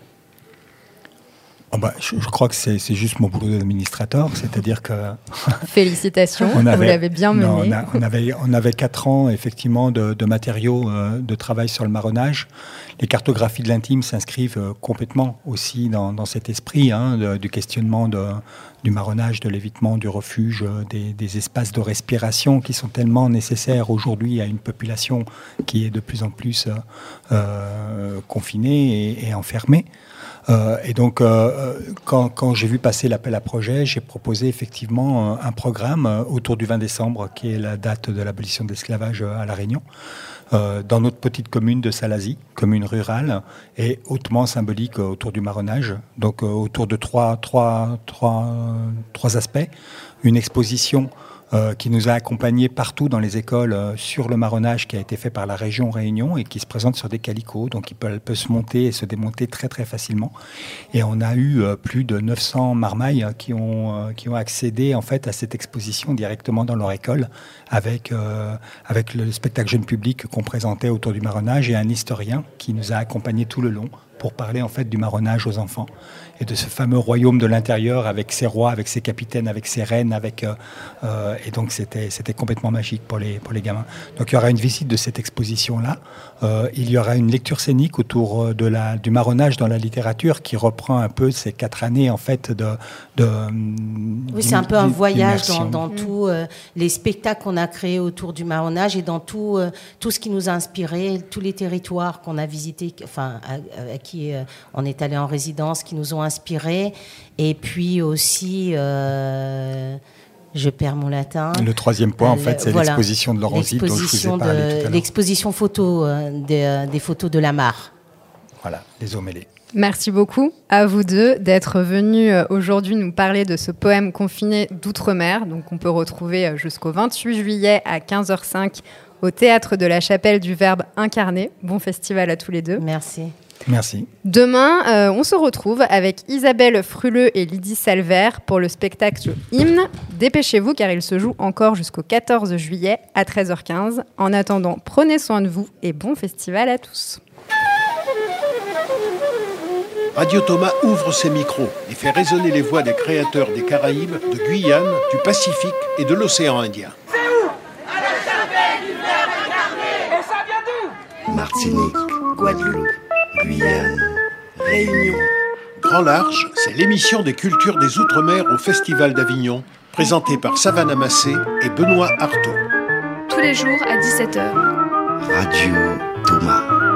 Je crois que c'est juste mon boulot d'administrateur, c'est-à-dire que... Félicitations, vous l'avez bien mené. On avait 4 ans, effectivement, de matériaux de travail sur le marronnage. Les cartographies de l'intime s'inscrivent complètement aussi dans cet esprit du questionnement du marronnage, de l'évitement, du refuge, des espaces de respiration qui sont tellement nécessaires aujourd'hui à une population qui est de plus en plus confinée et enfermée. Et donc, quand j'ai vu passer l'appel à projet, j'ai proposé effectivement un programme autour du 20 décembre, qui est la date de l'abolition de l'esclavage à La Réunion, dans notre petite commune de Salazie, commune rurale, et hautement symbolique autour du marronnage. Donc, autour de trois aspects. Une exposition qui nous a accompagnés partout dans les écoles sur le marronnage qui a été fait par la région Réunion et qui se présente sur des calicots, donc elle peut se monter et se démonter très très facilement. Et on a eu plus de 900 marmailles qui ont accédé en fait à cette exposition directement dans leur école avec le spectacle jeune public qu'on présentait autour du marronnage et un historien qui nous a accompagnés tout le long pour parler en fait du marronnage aux enfants et de ce fameux royaume de l'intérieur avec ses rois, avec ses capitaines, avec ses reines, et donc c'était complètement magique pour les gamins. Donc il y aura une visite de cette exposition-là. Il y aura une lecture scénique autour du marronnage dans la littérature qui reprend un peu ces 4 années en fait oui, c'est un peu un voyage dans tous les spectacles qu'on a créés autour du marronnage et dans tout ce qui nous a inspiré, tous les territoires qu'on a visités, enfin à qui on est allé en résidence, qui nous ont inspirés, et puis aussi je perds mon latin. Le 3e point, en fait, c'est l'exposition de Laurent Zid, dont je vous ai parlé tout à l'heure. L'exposition photo des photos de la mare. Voilà, les eaux mêlées. Merci beaucoup à vous deux d'être venus aujourd'hui nous parler de ce poème confiné d'outre-mer. Donc on peut retrouver jusqu'au 28 juillet à 15h05 au Théâtre de la Chapelle du Verbe incarné. Bon festival à tous les deux. Merci. Merci. Demain, on se retrouve avec Isabelle Fruleux et Lydie Salvert pour le spectacle Hymne. Dépêchez-vous car il se joue encore jusqu'au 14 juillet à 13h15. En attendant, prenez soin de vous et bon festival à tous. Radio Thomas ouvre ses micros et fait résonner les voix des créateurs des Caraïbes, de Guyane, du Pacifique et de l'océan Indien. C'est où? À la Chapelle du Verbe incarné. Et ça vient d'où? Martinique, Guadeloupe, Guyane, Réunion. Grand Large, c'est l'émission des cultures des Outre-mer au Festival d'Avignon, présentée par Savannah Massé et Benoît Artaud. Tous les jours à 17h. Radio Thomas.